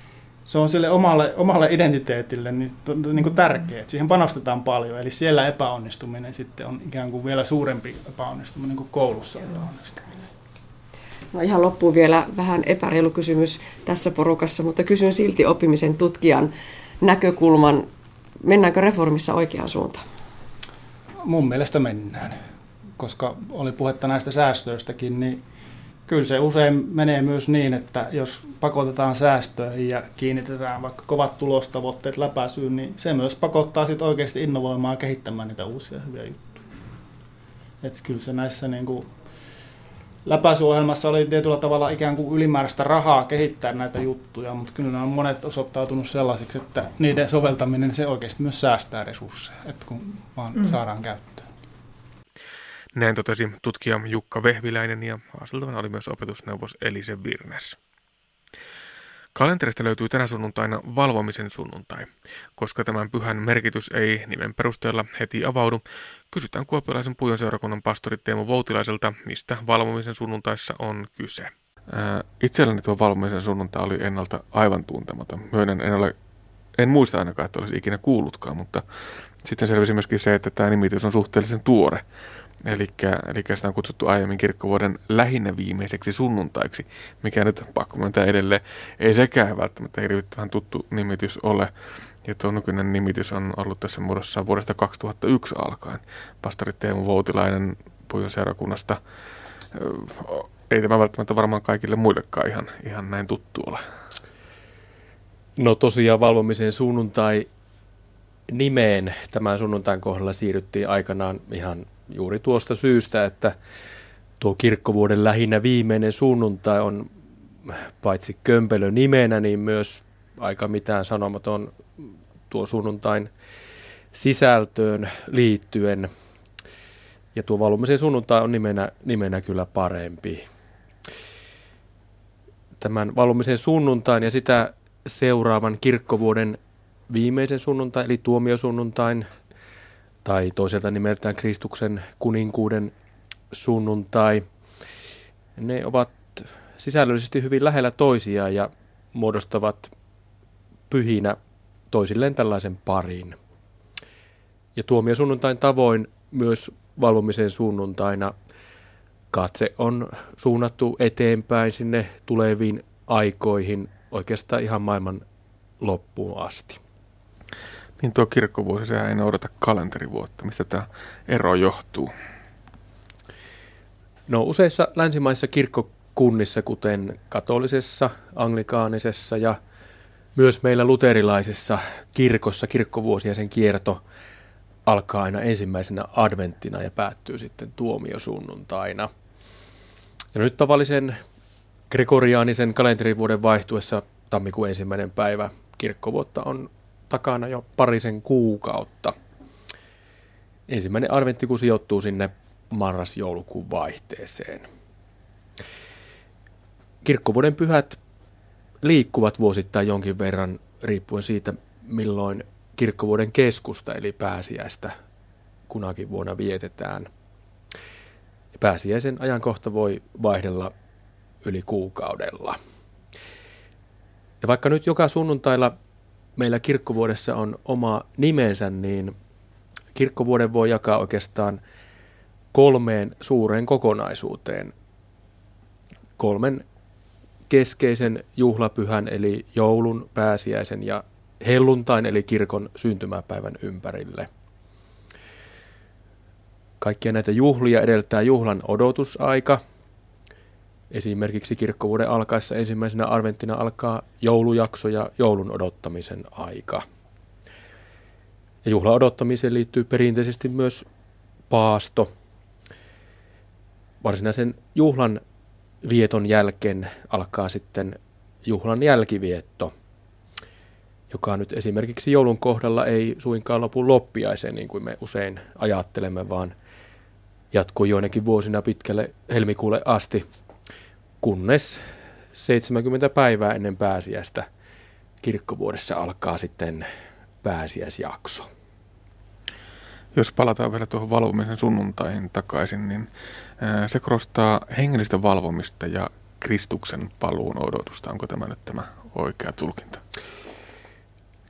se on sille omalle identiteetille niin kuin tärkeä, että siihen panostetaan paljon. Eli siellä epäonnistuminen sitten on ikään kuin vielä suurempi epäonnistuminen kuin koulussa epäonnistuminen. No ihan loppuun vielä vähän epäreilu kysymys tässä porukassa, mutta kysyn silti oppimisen tutkijan näkökulman. Mennäänkö reformissa oikeaan suuntaan? Mun mielestä mennään, koska oli puhetta näistä säästöistäkin, niin kyllä se usein menee myös niin, että jos pakotetaan säästöihin ja kiinnitetään vaikka kovat tulostavoitteet läpäisyyn, niin se myös pakottaa sit oikeasti innovoimaan ja kehittämään niitä uusia hyviä juttuja. Et kyllä se näissä niin kuin läpäisyohjelmassa oli tietyllä tavalla ikään kuin ylimääräistä rahaa kehittää näitä juttuja, mutta kyllä nämä on monet osoittautunut sellaisiksi, että niiden soveltaminen se oikeasti myös säästää resursseja, että kun vaan saadaan käyttöön. Näin totesi tutkija Jukka Vehviläinen ja haaseltavana oli myös opetusneuvos Elise Virnes. Kalenterista löytyy tänä sunnuntaina valvomisen sunnuntai. Koska tämän pyhän merkitys ei nimen perusteella heti avaudu, kysytään kuopiolaisen Puijon seurakunnan pastori Teemu Voutilaiselta, mistä valvomisen sunnuntaissa on kyse. Itselläni tuo valvomisen sunnuntai oli ennalta aivan tuntematon. Myönnän, en muista ainakaan, että olisi ikinä kuullutkaan, mutta sitten selvisi myöskin se, että tämä nimitys on suhteellisen tuore. Eli sitä on kutsuttu aiemmin kirkkovuoden lähinnä viimeiseksi sunnuntaiksi, mikä nyt pakko myöntää edelleen ei sekään välttämättä hirvittävän tuttu nimitys ole. Ja tuo nykyinen nimitys on ollut tässä muodossa vuodesta 2001 alkaen. Pastori Teemu Voutilainen Puijon seurakunnasta. Ei tämä välttämättä varmaan kaikille muillekaan ihan näin tuttu ole. No tosiaan valvomisen sunnuntai nimeen tämän sunnuntain kohdalla siirryttiin aikanaan ihan juuri tuosta syystä, että tuo kirkkovuoden lähinnä viimeinen sunnuntai on paitsi kömpelö nimenä, niin myös aika mitään sanomaton tuo sunnuntain sisältöön liittyen. Ja tuo valvomisen sunnuntai on nimenä kyllä parempi. Tämän valvomisen sunnuntain ja sitä seuraavan kirkkovuoden viimeisen sunnuntain, eli tuomiosunnuntain, tai toiselta nimeltään Kristuksen kuninkuuden sunnuntai. Ne ovat sisällöllisesti hyvin lähellä toisiaan ja muodostavat pyhinä toisilleen tällaisen parin. Ja tuomiosunnuntain tavoin myös valvomisen sunnuntaina katse on suunnattu eteenpäin sinne tuleviin aikoihin oikeastaan ihan maailman loppuun asti. Niin tuo kirkkovuosi, sehän ei noudata kalenterivuotta. Mistä tämä ero johtuu? No useissa länsimaissa kirkkokunnissa, kuten katolisessa, anglikaanisessa ja myös meillä luterilaisessa kirkossa kirkkovuosi ja sen kierto alkaa aina ensimmäisenä adventtina ja päättyy sitten tuomiosunnuntaina. Ja nyt tavallisen gregoriaanisen kalenterivuoden vaihtuessa tammikuun 1. päivä kirkkovuotta on takana jo parisen kuukautta. Ensimmäinen adventtikuu sijoittuu sinne marras-joulukuun vaihteeseen. Kirkkovuoden pyhät liikkuvat vuosittain jonkin verran riippuen siitä, milloin kirkkovuoden keskusta eli pääsiäistä kunakin vuonna vietetään. Ja pääsiäisen ajankohta voi vaihdella yli kuukaudella. Ja vaikka nyt joka sunnuntailla meillä kirkkovuodessa on oma nimensä, niin kirkkovuoden voi jakaa oikeastaan 3 suureen kokonaisuuteen. 3 keskeisen juhlapyhän eli joulun, pääsiäisen ja helluntain eli kirkon syntymäpäivän ympärille. Kaikkia näitä juhlia edeltää juhlan odotusaika. Esimerkiksi kirkkovuoden alkaessa ensimmäisenä adventtina alkaa joulujakso ja joulun odottamisen aika. Ja juhlan odottamiseen liittyy perinteisesti myös paasto. Varsinaisen juhlan vieton jälkeen alkaa sitten juhlan jälkivietto, joka nyt esimerkiksi joulun kohdalla ei suinkaan lopu loppiaiseen, niin kuin me usein ajattelemme, vaan jatkuu joinakin vuosina pitkälle helmikuulle asti, kunnes 70 päivää ennen pääsiäistä kirkkovuodessa alkaa sitten pääsiäisjakso. Jos palataan vielä tuohon valvomisen sunnuntaihin takaisin, niin se korostaa hengellistä valvomista ja Kristuksen paluun odotusta. Onko tämä nyt tämä oikea tulkinta?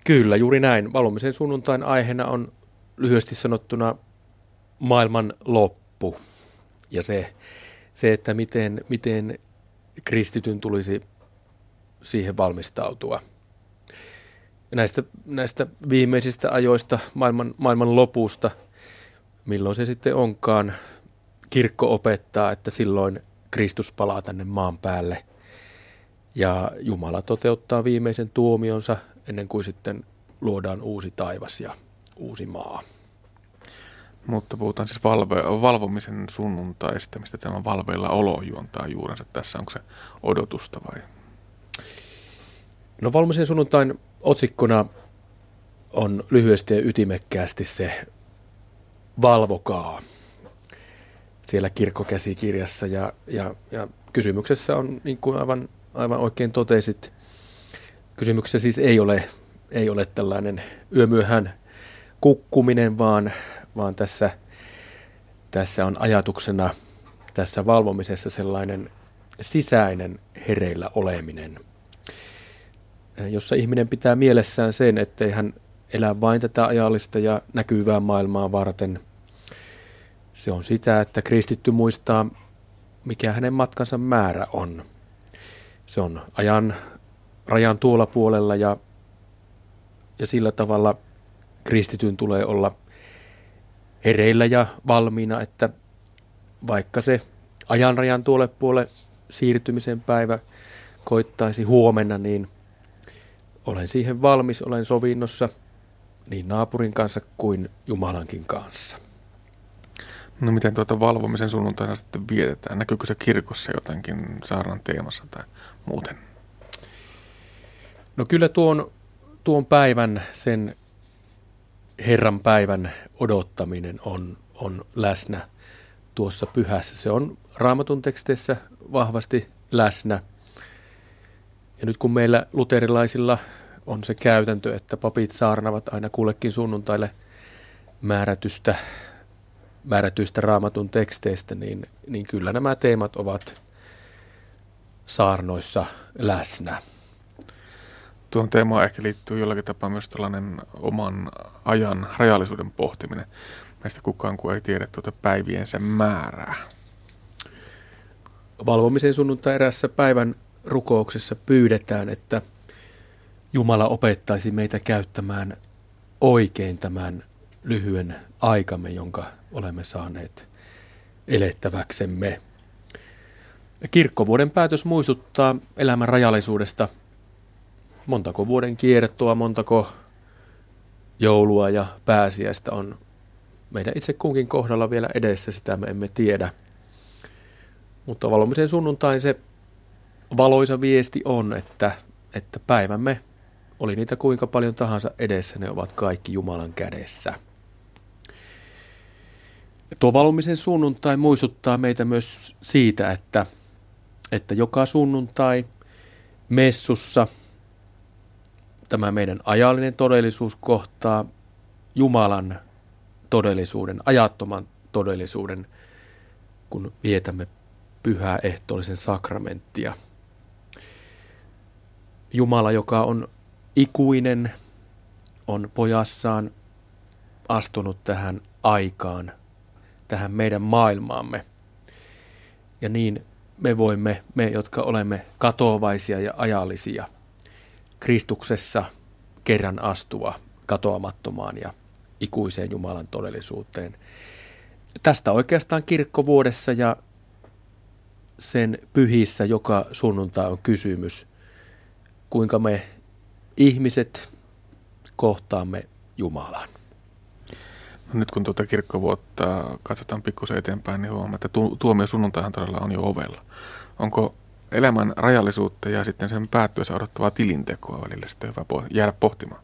Kyllä, juuri näin. Valvomisen sunnuntain aiheena on lyhyesti sanottuna maailman loppu. Ja se että miten kristityn tulisi siihen valmistautua. Ja näistä viimeisistä ajoista maailman lopusta, milloin se sitten onkaan, kirkko opettaa, että silloin Kristus palaa tänne maan päälle. Ja Jumala toteuttaa viimeisen tuomionsa ennen kuin sitten luodaan uusi taivas ja uusi maa. Mutta puhutaan siis valvomisen sunnuntaista, mistä tämä valveilla olo juontaa juurensa tässä. Onko se odotusta vai? No valvomisen sunnuntain otsikkona on lyhyesti ja ytimekkäästi se valvokaa siellä kirkkokäsikirjassa ja kysymyksessä on, niin kuin aivan oikein totesit, kysymyksessä siis ei ole tällainen yömyöhään kukkuminen, vaan tässä on ajatuksena tässä valvomisessa sellainen sisäinen hereillä oleminen, jossa ihminen pitää mielessään sen, ettei hän elä vain tätä ajallista ja näkyvää maailmaa varten. Se on sitä, että kristitty muistaa, mikä hänen matkansa määrä on. Se on rajan tuolla puolella ja sillä tavalla kristityn tulee olla hereillä ja valmiina, että vaikka se rajan tuolle puolelle siirtymisen päivä koittaisi huomenna, niin olen siihen valmis, olen sovinnossa niin naapurin kanssa kuin Jumalankin kanssa. No miten valvomisen sunnuntaina sitten vietetään? Näkyykö se kirkossa jotenkin saarnan teemassa tai muuten? No kyllä tuon päivän, sen Herran päivän odottaminen on läsnä tuossa pyhässä. Se on Raamatun teksteissä vahvasti läsnä. Ja nyt kun meillä luterilaisilla on se käytäntö, että papit saarnavat aina kullekin sunnuntaille määrätyistä Raamatun teksteistä, niin kyllä nämä teemat ovat saarnoissa läsnä. Tuohon teemaan ehkä liittyy jollakin tapaa myös tällainen oman ajan rajallisuuden pohtiminen. Meistä kukaan kun ei tiedä päiviensä määrää. Valvomisen sunnuntai eräässä päivän rukouksessa pyydetään, että Jumala opettaisi meitä käyttämään oikein tämän lyhyen aikamme, jonka olemme saaneet elettäväksemme. Kirkkovuoden päätös muistuttaa elämän rajallisuudesta. Montako vuoden kiertoa, montako joulua ja pääsiäistä on meidän itse kunkin kohdalla vielä edessä, sitä me emme tiedä. Mutta valvomisen sunnuntain se valoisa viesti on, että päivämme, oli niitä kuinka paljon tahansa edessä, ne ovat kaikki Jumalan kädessä. Tuo valvomisen sunnuntai muistuttaa meitä myös siitä, että joka sunnuntai messussa tämä meidän ajallinen todellisuus kohtaa Jumalan todellisuuden, ajattoman todellisuuden, kun vietämme pyhää ehtoollisen sakramenttia. Jumala, joka on ikuinen, on pojassaan astunut tähän aikaan, tähän meidän maailmaamme. Ja niin me jotka olemme katoavaisia ja ajallisia, Kristuksessa kerran astua katoamattomaan ja ikuiseen Jumalan todellisuuteen. Tästä oikeastaan kirkkovuodessa ja sen pyhissä joka sunnuntai on kysymys, kuinka me ihmiset kohtaamme Jumalan. No nyt kun kirkkovuotta katsotaan pikkusen eteenpäin, niin huomaamme, että tuomio sunnuntaihan todella on jo ovella. Onko elämän rajallisuutta ja sitten sen päättyessä odottavaa tilintekoa välillä sitten hyvä jäädä pohtimaan?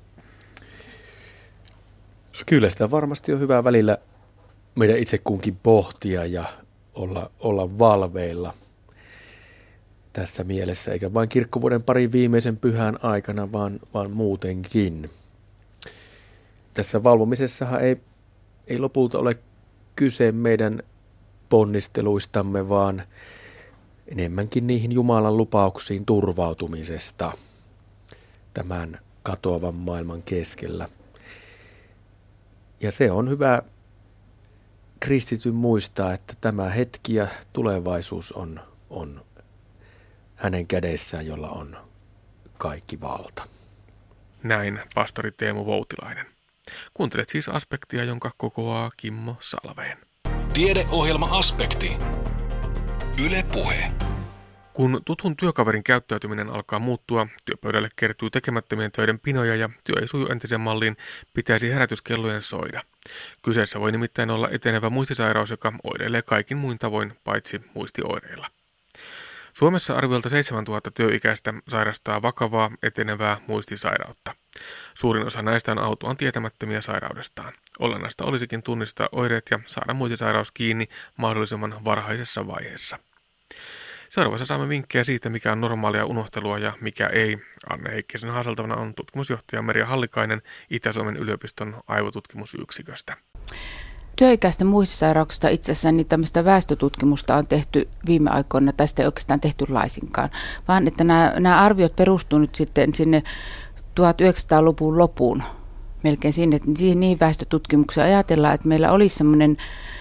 Kyllä sitä varmasti on hyvä välillä meidän itse kunkin pohtia ja olla valveilla tässä mielessä, eikä vain kirkkovuoden parin viimeisen pyhän aikana, vaan muutenkin. Tässä valvomisessahan ei lopulta ole kyse meidän ponnisteluistamme, vaan enemmänkin niihin Jumalan lupauksiin turvautumisesta tämän katoavan maailman keskellä. Ja se on hyvä kristityn muistaa, että tämä hetki ja tulevaisuus on hänen kädessään, jolla on kaikki valta. Näin pastori Teemu Voutilainen. Kuuntelet siis Aspektia, jonka kokoaa Kimmo Salveen. Tiedeohjelma Aspekti. Yle Puhe. Kun tutun työkaverin käyttäytyminen alkaa muuttua, työpöydälle kertyy tekemättömien töiden pinoja ja työ ei suju entiseen malliin, pitäisi herätyskellojen soida. Kyseessä voi nimittäin olla etenevä muistisairaus, joka oireilee kaikin muin tavoin paitsi muistioireilla. Suomessa arviolta 7000 työikäistä sairastaa vakavaa etenevää muistisairautta. Suurin osa näistä on autuaan tietämättömiä sairaudestaan. Olennaista olisikin tunnistaa oireet ja saada muistisairaus kiinni mahdollisimman varhaisessa vaiheessa. Seuraavassa saamme vinkkejä siitä, mikä on normaalia unohtelua ja mikä ei. Anne Heikkisen haaseltavana on tutkimusjohtaja Merja Hallikainen Itä-Suomen yliopiston aivotutkimusyksiköstä. Työikäisten muistisairauksista itse asiassa niin tämmöistä väestötutkimusta on tehty viime aikoina, tai sitä ei oikeastaan tehty laisinkaan, vaan että nämä arviot perustuu nyt sitten sinne 1900-luvun lopuun, melkein sinne, että niihin väestötutkimuksiin ajatellaan, että meillä olisi semmoinen,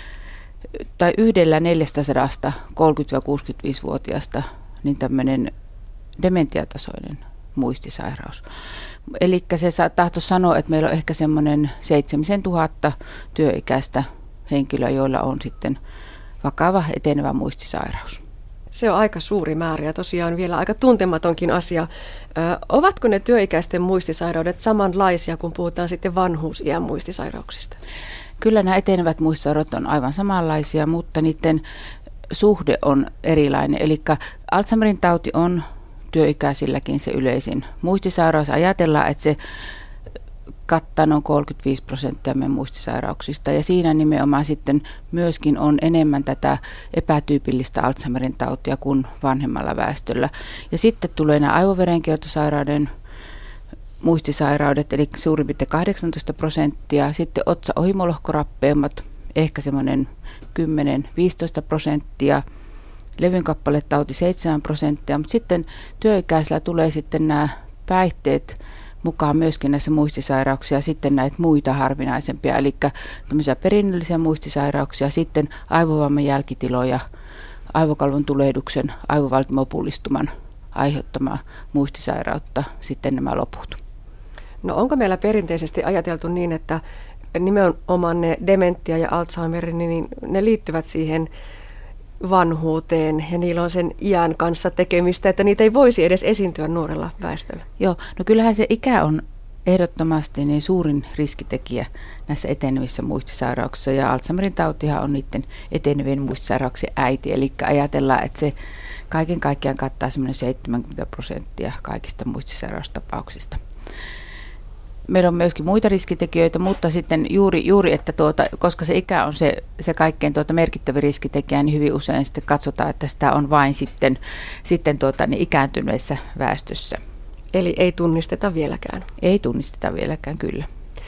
tai 1/400 30-65-vuotiaasta niin tämmöinen dementiatasoinen muistisairaus. Eli se tahto sanoa, että meillä on ehkä semmoinen 7000 työikäistä henkilöä, joilla on sitten vakava etenevä muistisairaus. Se on aika suuri määrä ja tosiaan vielä aika tuntematonkin asia. Ovatko ne työikäisten muistisairaudet samanlaisia, kun puhutaan sitten vanhuusiän muistisairauksista? Kyllä nämä etenevät muistisairaudet on aivan samanlaisia, mutta niiden suhde on erilainen. Eli Alzheimerin tauti on työikäisilläkin se yleisin muistisairaus. Ajatellaan, että se kattaa noin 35% meidän muistisairauksista ja siinä nimenomaan sitten myöskin on enemmän tätä epätyypillistä Alzheimerin tautia kuin vanhemmalla väestöllä. Ja sitten tulee nämä aivoverenkiertosairauden muistisairaudet, eli suurin piirtein 18%, sitten otsa-ohimolohkorappeumat, ehkä semmoinen 10-15%, levynkappaletauti 7%, mutta sitten työikäisillä tulee sitten nämä päihteet mukaan myöskin näissä muistisairauksia, sitten näitä muita harvinaisempia, eli tämmöisiä perinnöllisiä muistisairauksia, sitten aivovamman jälkitiloja, aivokalvon tulehduksen, aivovaltimopullistuman aiheuttamaa muistisairautta, sitten nämä loput. No onko meillä perinteisesti ajateltu niin, että nimenomaan ne dementia ja Alzheimer, niin ne liittyvät siihen vanhuuteen ja niillä on sen iän kanssa tekemistä, että niitä ei voisi edes esiintyä nuorella väestöllä? Joo, no kyllähän se ikä on ehdottomasti niin suurin riskitekijä näissä etenevissä muistisairauksissa ja Alzheimerin tautihan on niiden etenevien muistisairauksien äiti, eli ajatellaan, että se kaiken kaikkiaan kattaa semmoinen 70% kaikista muistisairaustapauksista. Meillä on myöskin muita riskitekijöitä, mutta sitten juuri että koska se ikä on se kaikkein merkittävin riskitekijä, niin hyvin usein sitten katsotaan, että sitä on vain sitten niin ikääntyneessä väestössä. Eli ei tunnisteta vieläkään? Ei tunnisteta vieläkään, kyllä.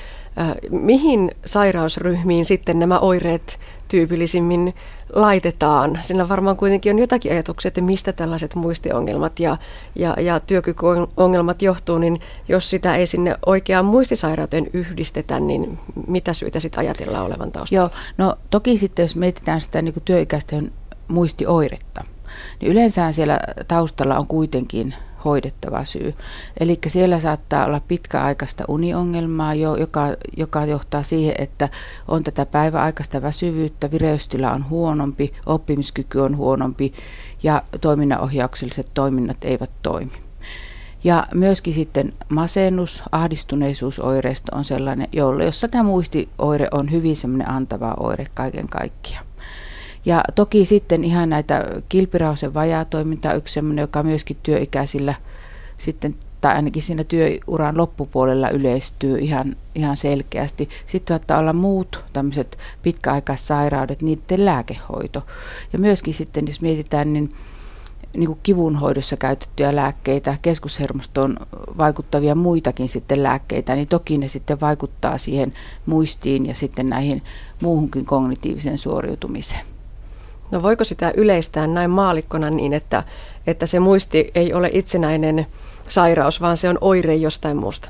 Mihin sairausryhmiin sitten nämä oireet tyypillisimmin laitetaan? Siinä varmaan kuitenkin on jotakin ajatuksia, että mistä tällaiset muistiongelmat ja työkykyongelmat johtuu, niin jos sitä ei sinne oikeaan muistisairauteen yhdistetä, niin mitä syytä sitten ajatellaan olevan taustalla? Joo, no toki sitten jos mietitään sitä niin kuin työikäisten muistioiretta, niin yleensä siellä taustalla on kuitenkin hoidettava syy. Eli siellä saattaa olla pitkäaikaista uniongelmaa, joka johtaa siihen, että on tätä päiväaikaista väsyvyyttä, vireystila on huonompi, oppimiskyky on huonompi ja toiminnanohjaukselliset toiminnat eivät toimi. Ja myöskin sitten masennus, ahdistuneisuusoireisto on sellainen, jossa tämä muistioire on hyvin semmoinen antava oire kaiken kaikkiaan. Ja toki sitten ihan näitä kilpirauhasen vajaatoiminta on yksi sellainen, joka myöskin työikäisillä sitten, tai ainakin siinä työuran loppupuolella yleistyy ihan selkeästi. Sitten saattaa olla muut tämmöiset pitkäaikaissairaudet, niiden lääkehoito. Ja myöskin sitten, jos mietitään, niin kuin kivunhoidossa käytettyjä lääkkeitä, keskushermostoon vaikuttavia muitakin sitten lääkkeitä, niin toki ne sitten vaikuttaa siihen muistiin ja sitten näihin muuhunkin kognitiiviseen suoriutumiseen. No voiko sitä yleistää näin maallikkona niin, että se muisti ei ole itsenäinen sairaus, vaan se on oire jostain muusta?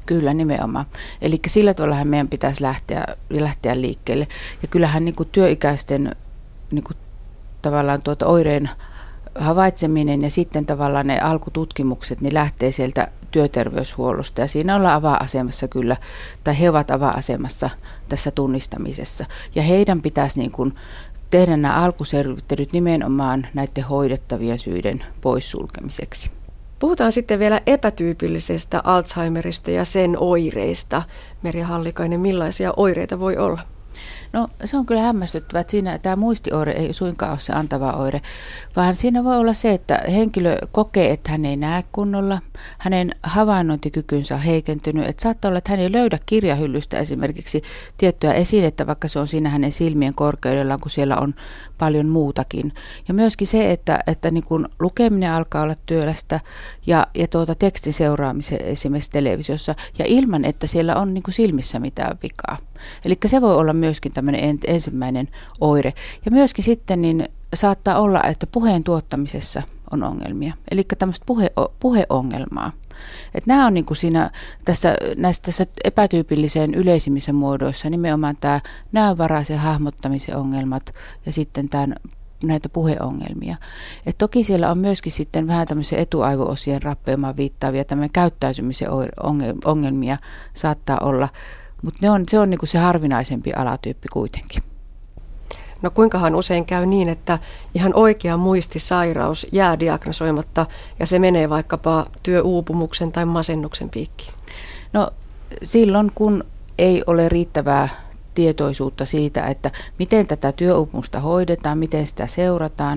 Kyllä, nimenomaan. Eli sillä tavalla meidän pitäisi lähteä liikkeelle. Ja kyllähän niin kuin työikäisten niin kuin tavallaan oireen havaitseminen ja sitten tavallaan ne alkututkimukset niin lähtee sieltä työterveyshuollosta. Ja siinä ollaan avainasemassa kyllä, tai he ovat avainasemassa tässä tunnistamisessa. Ja heidän pitäisi niin kuin tehdä nämä alkuselvittelyt nimenomaan näiden hoidettavien syiden poissulkemiseksi. Puhutaan sitten vielä epätyypillisestä Alzheimerista ja sen oireista. Merja Hallikainen, millaisia oireita voi olla? No se on kyllä hämmästyttävää, että siinä tämä muistioire ei suinkaan ole se antava oire, vaan siinä voi olla se, että henkilö kokee, että hän ei näe kunnolla, hänen havainnointikykynsä on heikentynyt, että saattaa olla, että hän ei löydä kirjahyllystä esimerkiksi tiettyä esinettä, vaikka se on siinä hänen silmien korkeudellaan, kun siellä on paljon muutakin. Ja myöskin se, että niin kun lukeminen alkaa olla työlästä ja tekstin seuraamisen esimerkiksi televisiossa ja ilman, että siellä on niin kun silmissä mitään vikaa. Eli se voi olla myöskin tämmöinen ensimmäinen oire. Ja myöskin sitten niin saattaa olla, että puheen tuottamisessa on ongelmia. Eli tämmöistä puheongelmaa. Että nämä on niin kuin siinä tässä epätyypilliseen yleisimmissä muodoissa nimenomaan tämä näönvaraisen hahmottamisen ongelmat ja sitten näitä puheongelmia. Et toki siellä on myöskin sitten vähän tämmöisiä etuaivo-osien rappeumaan viittaavia tämmöinen käyttäytymisen ongelmia saattaa olla, mutta se on niin kuin se harvinaisempi alatyyppi kuitenkin. No kuinkahan usein käy niin, että ihan oikea muistisairaus jää diagnosoimatta ja se menee vaikkapa työuupumuksen tai masennuksen piikkiin? No silloin, kun ei ole riittävää tietoisuutta siitä, että miten tätä työuupumusta hoidetaan, miten sitä seurataan.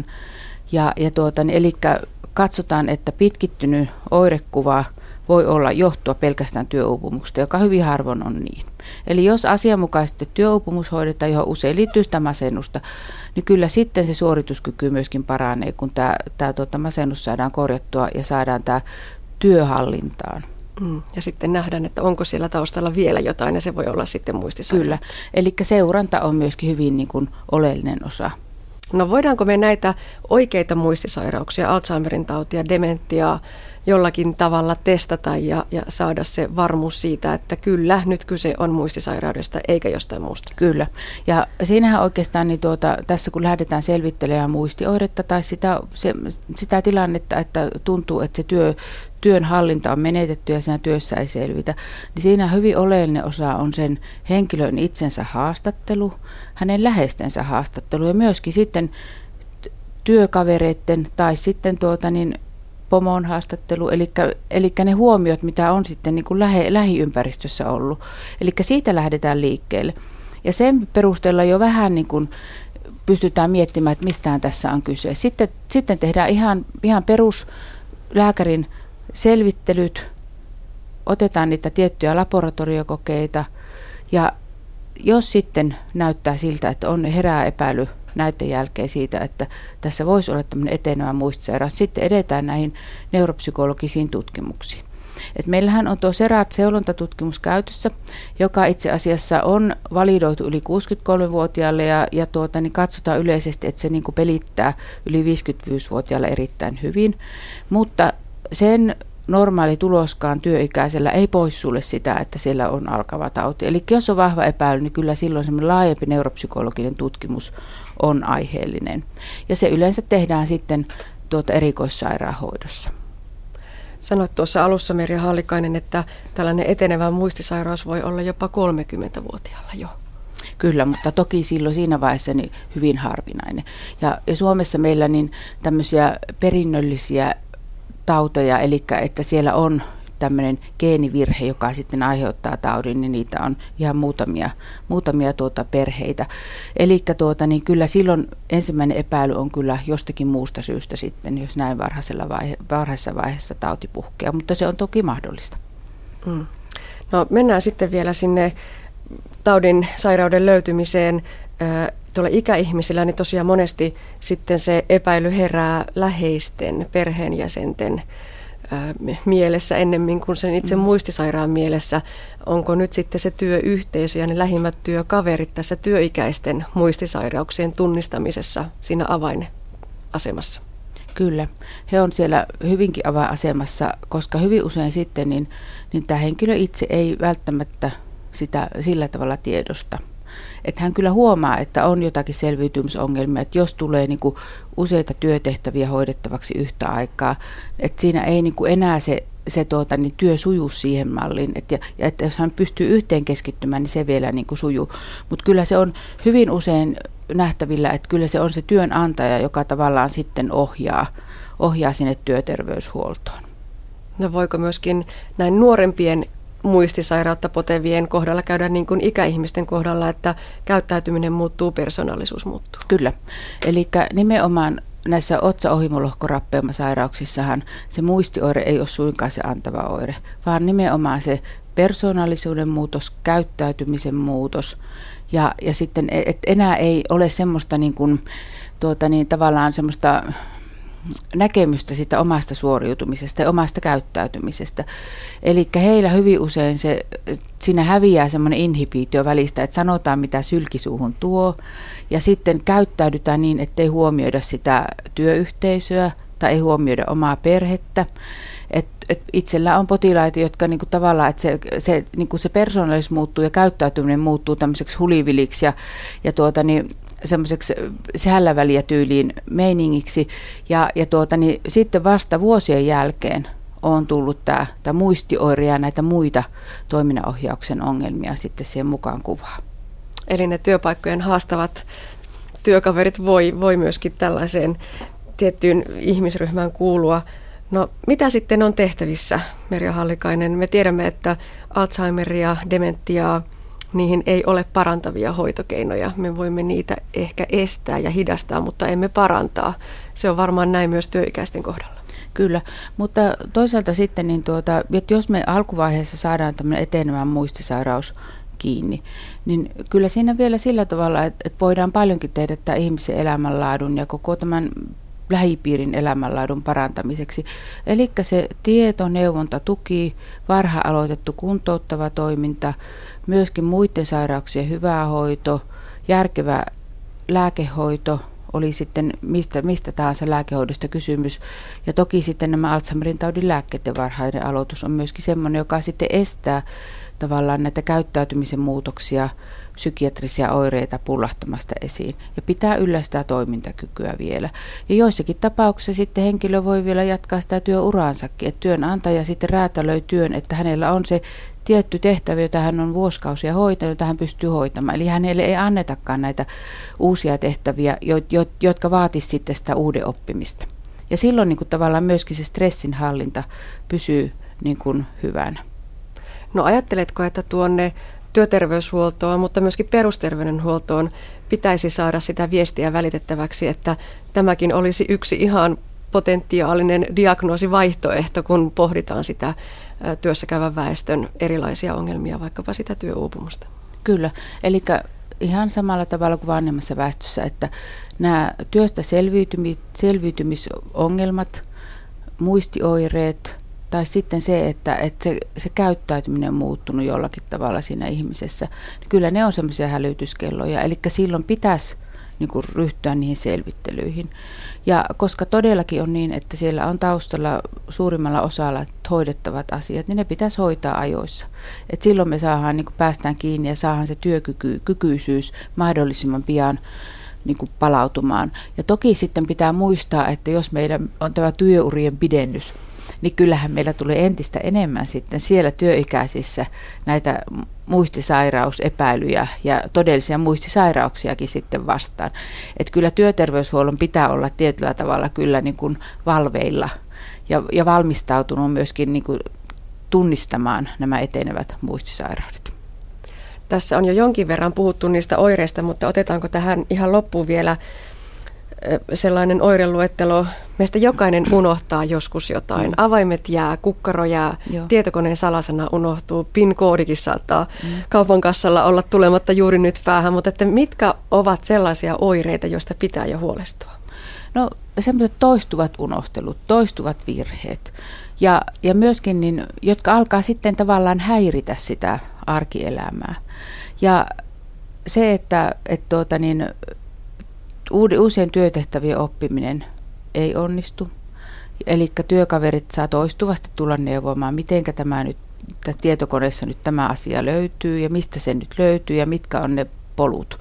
Eli katsotaan, että pitkittynyt oirekuva voi olla johtua pelkästään työuupumuksesta, joka hyvin harvoin on niin. Eli jos asianmukaisesti työuupumus hoidetaan, johon usein liittyy sitä masennusta, niin kyllä sitten se suorituskyky myöskin paranee, kun tämä masennus saadaan korjattua ja saadaan tämä työhallintaan. Ja sitten nähdään, että onko siellä taustalla vielä jotain, ja se voi olla sitten muistisairaus. Kyllä, eli seuranta on myöskin hyvin niin kuin oleellinen osa. No voidaanko me näitä oikeita muistisairauksia, Alzheimerin tautia, dementiaa, jollakin tavalla testata ja saada se varmuus siitä, että kyllä, nyt kyse on muistisairaudesta eikä jostain muusta? Kyllä. Ja siinähän oikeastaan niin tässä kun lähdetään selvittelemään muistioiretta tai sitä tilannetta, että tuntuu, että se työn hallinta on menetetty ja siinä työssä ei selvitä, niin siinä hyvin oleellinen osa on sen henkilön itsensä haastattelu, hänen läheistensä haastattelu ja myöskin sitten työkavereiden tai sitten pomon haastattelu, eli ne huomiot, mitä on sitten niin kuin lähiympäristössä ollut. Eli siitä lähdetään liikkeelle. Ja sen perusteella jo vähän niin kuin pystytään miettimään, että mistään tässä on kyse. Sitten tehdään ihan peruslääkärin selvittelyt, otetaan niitä tiettyjä laboratoriokokeita, ja jos sitten näyttää siltä, että herää epäily näiden jälkeen siitä, että tässä voisi olla tämmöinen etenevä muistisairaus. Sitten edetään näihin neuropsykologisiin tutkimuksiin. Et meillähän on tuo SERAT-seulontatutkimus käytössä, joka itse asiassa on validoitu yli 63-vuotiaille ja niin katsotaan yleisesti, että se niin kuin pelittää yli 55-vuotiaille erittäin hyvin, mutta sen normaali tuloskaan työikäisellä ei poissulje sitä, että siellä on alkava tauti. Eli jos on vahva epäily, niin kyllä silloin semmoinen laajempi neuropsykologinen tutkimus on aiheellinen. Ja se yleensä tehdään sitten erikoissairaanhoidossa. Sanoit tuossa alussa, Merja Hallikainen, että tällainen etenevä muistisairaus voi olla jopa 30-vuotiaalla jo. Kyllä, mutta toki silloin siinä vaiheessa niin hyvin harvinainen. Ja Suomessa meillä niin tämmöisiä perinnöllisiä tauteja, eli että siellä on tämmöinen geenivirhe, joka sitten aiheuttaa taudin, niin niitä on ihan muutamia perheitä. Eli niin kyllä silloin ensimmäinen epäily on kyllä jostakin muusta syystä sitten, jos näin varhaisessa vaiheessa tauti puhkeaa, mutta se on toki mahdollista. No mennään sitten vielä sinne taudin sairauden löytymiseen. Tuolla ikäihmisillä niin tosiaan monesti sitten se epäily herää läheisten, perheenjäsenten mielessä ennemmin kuin sen itse muistisairaan mielessä. Onko nyt sitten se työyhteisö ja ne lähimmät työkaverit tässä työikäisten muistisairauksien tunnistamisessa siinä avainasemassa? Kyllä, he on siellä hyvinkin avainasemassa, koska hyvin usein sitten niin tämä henkilö itse ei välttämättä sitä sillä tavalla tiedosta. Että hän kyllä huomaa, että on jotakin selviytymisongelmia, että jos tulee niin kuin useita työtehtäviä hoidettavaksi yhtä aikaa, että siinä ei niin kuin enää se työ sujuu siihen malliin, ja että jos hän pystyy yhteen keskittymään, niin se vielä niin kuin sujuu. Mutta kyllä se on hyvin usein nähtävillä, että kyllä se on se työnantaja, joka tavallaan sitten ohjaa sinne työterveyshuoltoon. No voiko myöskin näin nuorempien muistisairautta potevien kohdalla käydä niin kuin ikäihmisten kohdalla, että käyttäytyminen muuttuu, persoonallisuus muuttuu? Kyllä. Eli nimenomaan näissä otsa-ohimolohkorappeuma-sairauksissahan se muistioire ei ole suinkaan se antava oire, vaan nimenomaan se persoonallisuuden muutos, käyttäytymisen muutos ja sitten että enää ei ole semmoista niin kuin, tavallaan semmoista näkemystä siitä omasta suoriutumisesta ja omasta käyttäytymisestä. Eli heillä hyvin usein siinä häviää semmoinen inhibiitio välistä, että sanotaan mitä sylkisuuhun tuo ja sitten käyttäydytään niin, ettei huomioida sitä työyhteisöä tai ei huomioida omaa perhettä. Et itsellä on potilaita, jotka niinku tavallaan, että se persoonallisuus muuttuu ja käyttäytyminen muuttuu tämmöiseksi huliviliksi ja semmoiseksi sähällä väliä tyyliin meiningiksi. Ja sitten vasta vuosien jälkeen on tullut tämä muistioire ja näitä muita toiminnanohjauksen ongelmia sitten siihen mukaan kuvaan. Eli ne työpaikkojen haastavat työkaverit voi myöskin tällaiseen tiettyyn ihmisryhmään kuulua. No mitä sitten on tehtävissä, Merja Hallikainen? Me tiedämme, että Alzheimeria, dementiaa, niihin ei ole parantavia hoitokeinoja. Me voimme niitä ehkä estää ja hidastaa, mutta emme parantaa. Se on varmaan näin myös työikäisten kohdalla. Kyllä, mutta toisaalta sitten, että jos me alkuvaiheessa saadaan tämmöinen etenemä muistisairaus kiinni, niin kyllä siinä vielä sillä tavalla, että voidaan paljonkin tehdä tämä ihmisen elämänlaadun ja koko tämän lähipiirin elämänlaadun parantamiseksi. Eli se tieto, neuvonta, tuki, varha aloitettu kuntouttava toiminta, myöskin muiden sairauksien hyvä hoito, järkevä lääkehoito, oli sitten mistä tahansa lääkehoidosta kysymys. Ja toki sitten nämä Alzheimerin taudin lääkkeiden varhainen aloitus on myöskin semmoinen, joka sitten estää tavallaan näitä käyttäytymisen muutoksia, psykiatrisia oireita pullahtamasta esiin ja pitää yllä sitä toimintakykyä vielä. Ja joissakin tapauksissa sitten henkilö voi vielä jatkaa sitä työuraansakin, että työnantaja sitten räätälöi työn, että hänellä on se tietty tehtävä, jota hän on vuosikausia hoitanut, jota hän pystyy hoitamaan. Eli hänelle ei annetakaan näitä uusia tehtäviä, jotka vaatisivat sitten sitä uuden oppimista. Ja silloin niin kuin tavallaan myöskin se stressinhallinta pysyy niin kuin hyvänä. No ajatteletko, että tuonne työterveyshuoltoon, mutta myöskin perusterveydenhuoltoon pitäisi saada sitä viestiä välitettäväksi, että tämäkin olisi yksi ihan potentiaalinen diagnoosivaihtoehto, kun pohditaan sitä työssäkäyvän väestön erilaisia ongelmia, vaikkapa sitä työuupumusta. Kyllä, eli ihan samalla tavalla kuin vanhemmassa väestössä, että nämä työstä selviytymisongelmat, muistioireet, tai sitten se, että se käyttäytyminen on muuttunut jollakin tavalla siinä ihmisessä. Kyllä ne on semmoisia hälytyskelloja, eli silloin pitäisi niin kuin ryhtyä niihin selvittelyihin. Ja koska todellakin on niin, että siellä on taustalla suurimmalla osalla hoidettavat asiat, niin ne pitäisi hoitaa ajoissa. Et silloin me saadaan, niin kuin päästään kiinni ja saadaan se työkykyisyys mahdollisimman pian niin kuin palautumaan. Ja toki sitten pitää muistaa, että jos meidän on tämä työurien pidennys, niin kyllähän meillä tulee entistä enemmän sitten siellä työikäisissä näitä muistisairausepäilyjä ja todellisia muistisairauksiakin sitten vastaan. Että kyllä työterveyshuollon pitää olla tietyllä tavalla kyllä niin kuin valveilla ja valmistautunut myöskin niin kuin tunnistamaan nämä etenevät muistisairaudet. Tässä on jo jonkin verran puhuttu niistä oireista, mutta otetaanko tähän ihan loppuun vielä sellainen oireluettelo. Meistä jokainen unohtaa joskus jotain. Avaimet jää, kukkaro jää, tietokoneen salasana unohtuu, PIN-koodikin saattaa kaupan kassalla olla tulematta juuri nyt päähän, mutta että mitkä ovat sellaisia oireita, joista pitää jo huolestua? No sellaiset toistuvat unohtelut, toistuvat virheet ja myöskin niin, jotka alkaa sitten tavallaan häiritä sitä arkielämää. Ja se, että uusien työtehtävien oppiminen ei onnistu. Eli työkaverit saa toistuvasti tulla neuvomaan, mitenkä tämä nyt tietokoneessa nyt tämä asia löytyy ja mistä se nyt löytyy ja mitkä on ne polut.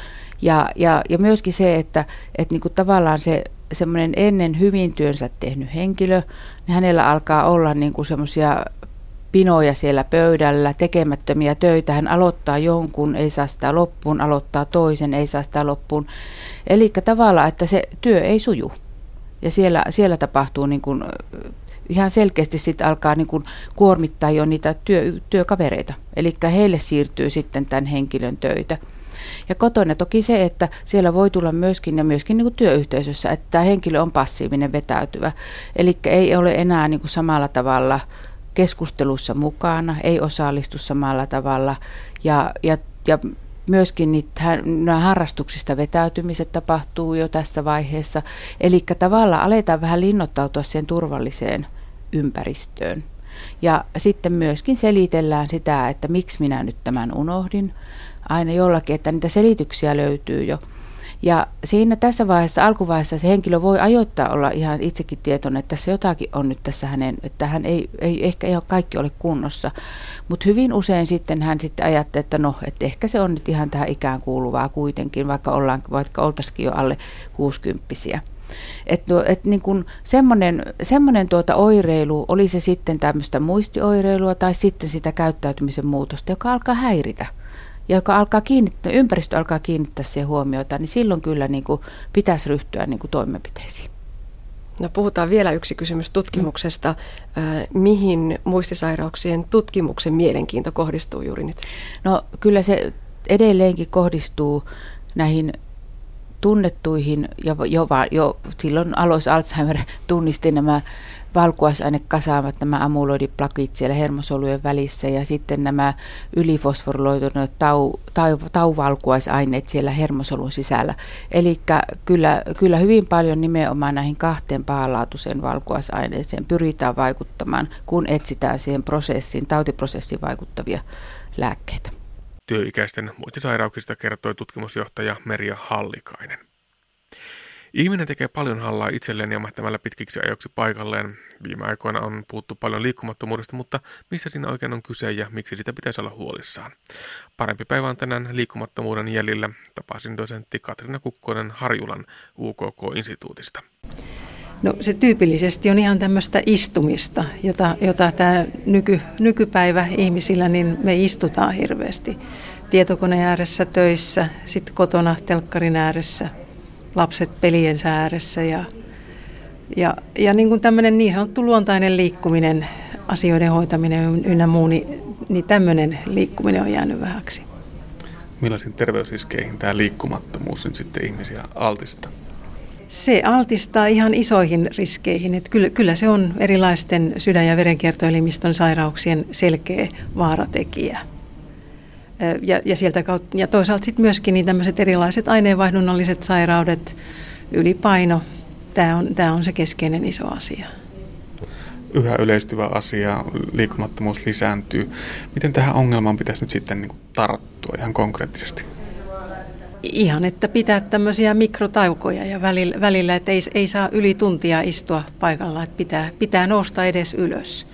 Ja myöskin se, että niin kuin tavallaan se semmoinen ennen hyvin työnsä tehnyt henkilö, niin hänellä alkaa olla niin kuin semmoisia pinoja siellä pöydällä, tekemättömiä töitä. Hän aloittaa jonkun, ei saa sitä loppuun, aloittaa toisen, ei saa sitä loppuun. Eli tavallaan, että se työ ei suju. Ja siellä tapahtuu niin kuin, ihan selkeästi sitten alkaa niin kuin kuormittaa jo niitä työkavereita. Eli heille siirtyy sitten tämän henkilön töitä. Ja kotona toki se, että siellä voi tulla myöskin niin kuin työyhteisössä, että tämä henkilö on passiivinen, vetäytyvä. Eli ei ole enää niin kuin samalla tavalla keskustelussa mukana, ei osallistu samalla tavalla ja myöskin nämä harrastuksista vetäytymiset tapahtuu jo tässä vaiheessa. Eli tavallaan aletaan vähän linnoittautua siihen turvalliseen ympäristöön. Ja sitten myöskin selitellään sitä, että miksi minä nyt tämän unohdin. Aina jollakin, että niitä selityksiä löytyy jo. Ja siinä tässä vaiheessa, alkuvaiheessa se henkilö voi ajoittaa olla ihan itsekin tietoinen, että tässä jotakin on nyt tässä että hän ei ehkä ihan kaikki ole kunnossa. Mutta hyvin usein sitten hän sitten ajattelee, että no, että ehkä se on nyt ihan tähän ikään kuuluvaa kuitenkin, vaikka oltaisikin jo alle 60-vuotiaita. Että niin kuin semmoinen oireilu, oli se sitten tämmöistä muistioireilua tai sitten sitä käyttäytymisen muutosta, joka alkaa häiritä. Ja joka ympäristö alkaa kiinnittää siihen huomiota, niin silloin kyllä niin kuin pitäisi ryhtyä niin kuin toimenpiteisiin. No puhutaan vielä yksi kysymys tutkimuksesta. Mihin muistisairauksien tutkimuksen mielenkiinto kohdistuu juuri nyt? No kyllä se edelleenkin kohdistuu näihin tunnettuihin, jo silloin Alois Alzheimer tunnisti nämä valkuaisainekasaamat, nämä amyloidiplakit siellä hermosolujen välissä ja sitten nämä ylifosforiloituneet tauvalkuaisaineet siellä hermosolun sisällä. Eli kyllä hyvin paljon nimenomaan näihin 2 pahanlaatuiseen valkuaisaineeseen pyritään vaikuttamaan, kun etsitään siihen tautiprosessiin vaikuttavia lääkkeitä. Työikäisten muistisairauksista kertoi tutkimusjohtaja Merja Hallikainen. Ihminen tekee paljon hallaa itselleen jämähtämällä pitkiksi ajoiksi paikalleen. Viime aikoina on puhuttu paljon liikkumattomuudesta, mutta missä siinä oikein on kyse ja miksi sitä pitäisi olla huolissaan? Parempi päivä on tänään liikkumattomuuden jäljillä. Tapasin dosentti Katriina Kukkonen Harjulan UKK-instituutista. No se tyypillisesti on ihan tämmöistä istumista, jota tämä nykypäivä ihmisillä, niin me istutaan hirveästi. Tietokoneen ääressä töissä, sitten kotona telkkarin ääressä, lapset peliensä ääressä ja niin kuin tämmöinen niin sanottu luontainen liikkuminen, asioiden hoitaminen ynnä muu, niin tämmöinen liikkuminen on jäänyt vähäksi. Millaisiin terveysriskeihin tämä liikkumattomuus nyt sitten ihmisiä altistaa? Se altistaa ihan isoihin riskeihin. Että kyllä se on erilaisten sydän- ja verenkiertoelimistön sairauksien selkeä vaaratekijä. Ja sieltä kautta, ja toisaalta sitten myöskin niin tämmöiset erilaiset aineenvaihdunnalliset sairaudet, ylipaino, tämä on se keskeinen iso asia. Yhä yleistyvä asia, liikkumattomuus lisääntyy. Miten tähän ongelmaan pitäisi nyt sitten niin kuin tarttua ihan konkreettisesti? Ihan, että pitää tämmöisiä mikrotaukoja ja välillä että ei saa yli tuntia istua paikalla, että pitää nousta edes ylös.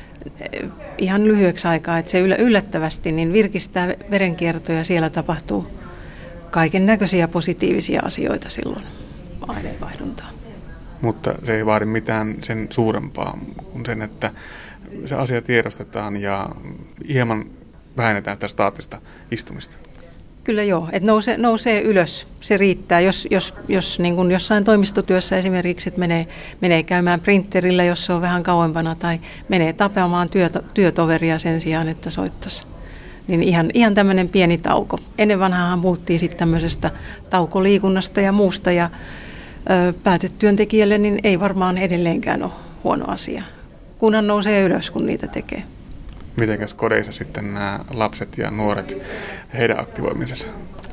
Ihan lyhyeksi aikaa, että se yllättävästi niin virkistää verenkiertoa ja siellä tapahtuu kaiken näköisiä positiivisia asioita silloin aineenvaihduntaa. Mutta se ei vaadi mitään sen suurempaa kuin sen, että se asia tiedostetaan ja hieman vähennetään sitä staattista istumista. Kyllä joo, että nousee ylös, se riittää. Jos niin kuin jossain toimistotyössä esimerkiksi, että menee käymään printerillä, jos se on vähän kauempana, tai menee tapaamaan työtoveria sen sijaan, että soittaisi. Niin ihan tämmöinen pieni tauko. Ennen vanhaahan puhuttiin sitten tämmöisestä taukoliikunnasta ja muusta, ja päätetyöntekijälle niin ei varmaan edelleenkään ole huono asia, kunhan nousee ylös, kun niitä tekee. Mitenkäs kodeissa sitten nämä lapset ja nuoret, heidän aktivoimisensa?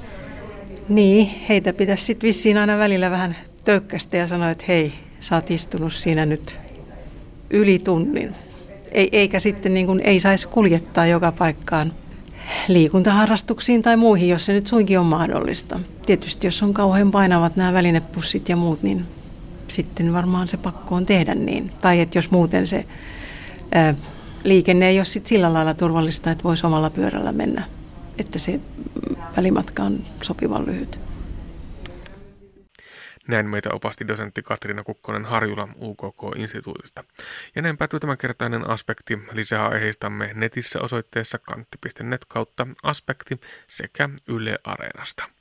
Niin, heitä pitäisi sitten vissiin aina välillä vähän tökkästä ja sanoa, että hei, sä oot istunut siinä nyt yli tunnin. Eikä sitten niin kuin, ei saisi kuljettaa joka paikkaan liikuntaharrastuksiin tai muihin, jos se nyt suinkin on mahdollista. Tietysti jos on kauhean painavat nämä välinepussit ja muut, niin sitten varmaan se pakko on tehdä niin. Tai että jos muuten se liikenne ei ole sit sillä lailla turvallista, että voisi omalla pyörällä mennä, että se välimatka on sopivan lyhyt. Näin meitä opasti dosentti Katriina Kukkonen Harjula UKK-instituutista. Ja näin päätyy tämänkertainen Aspekti. Lisää aiheistamme netissä osoitteessa kantti.net/aspekti sekä Yle Areenasta.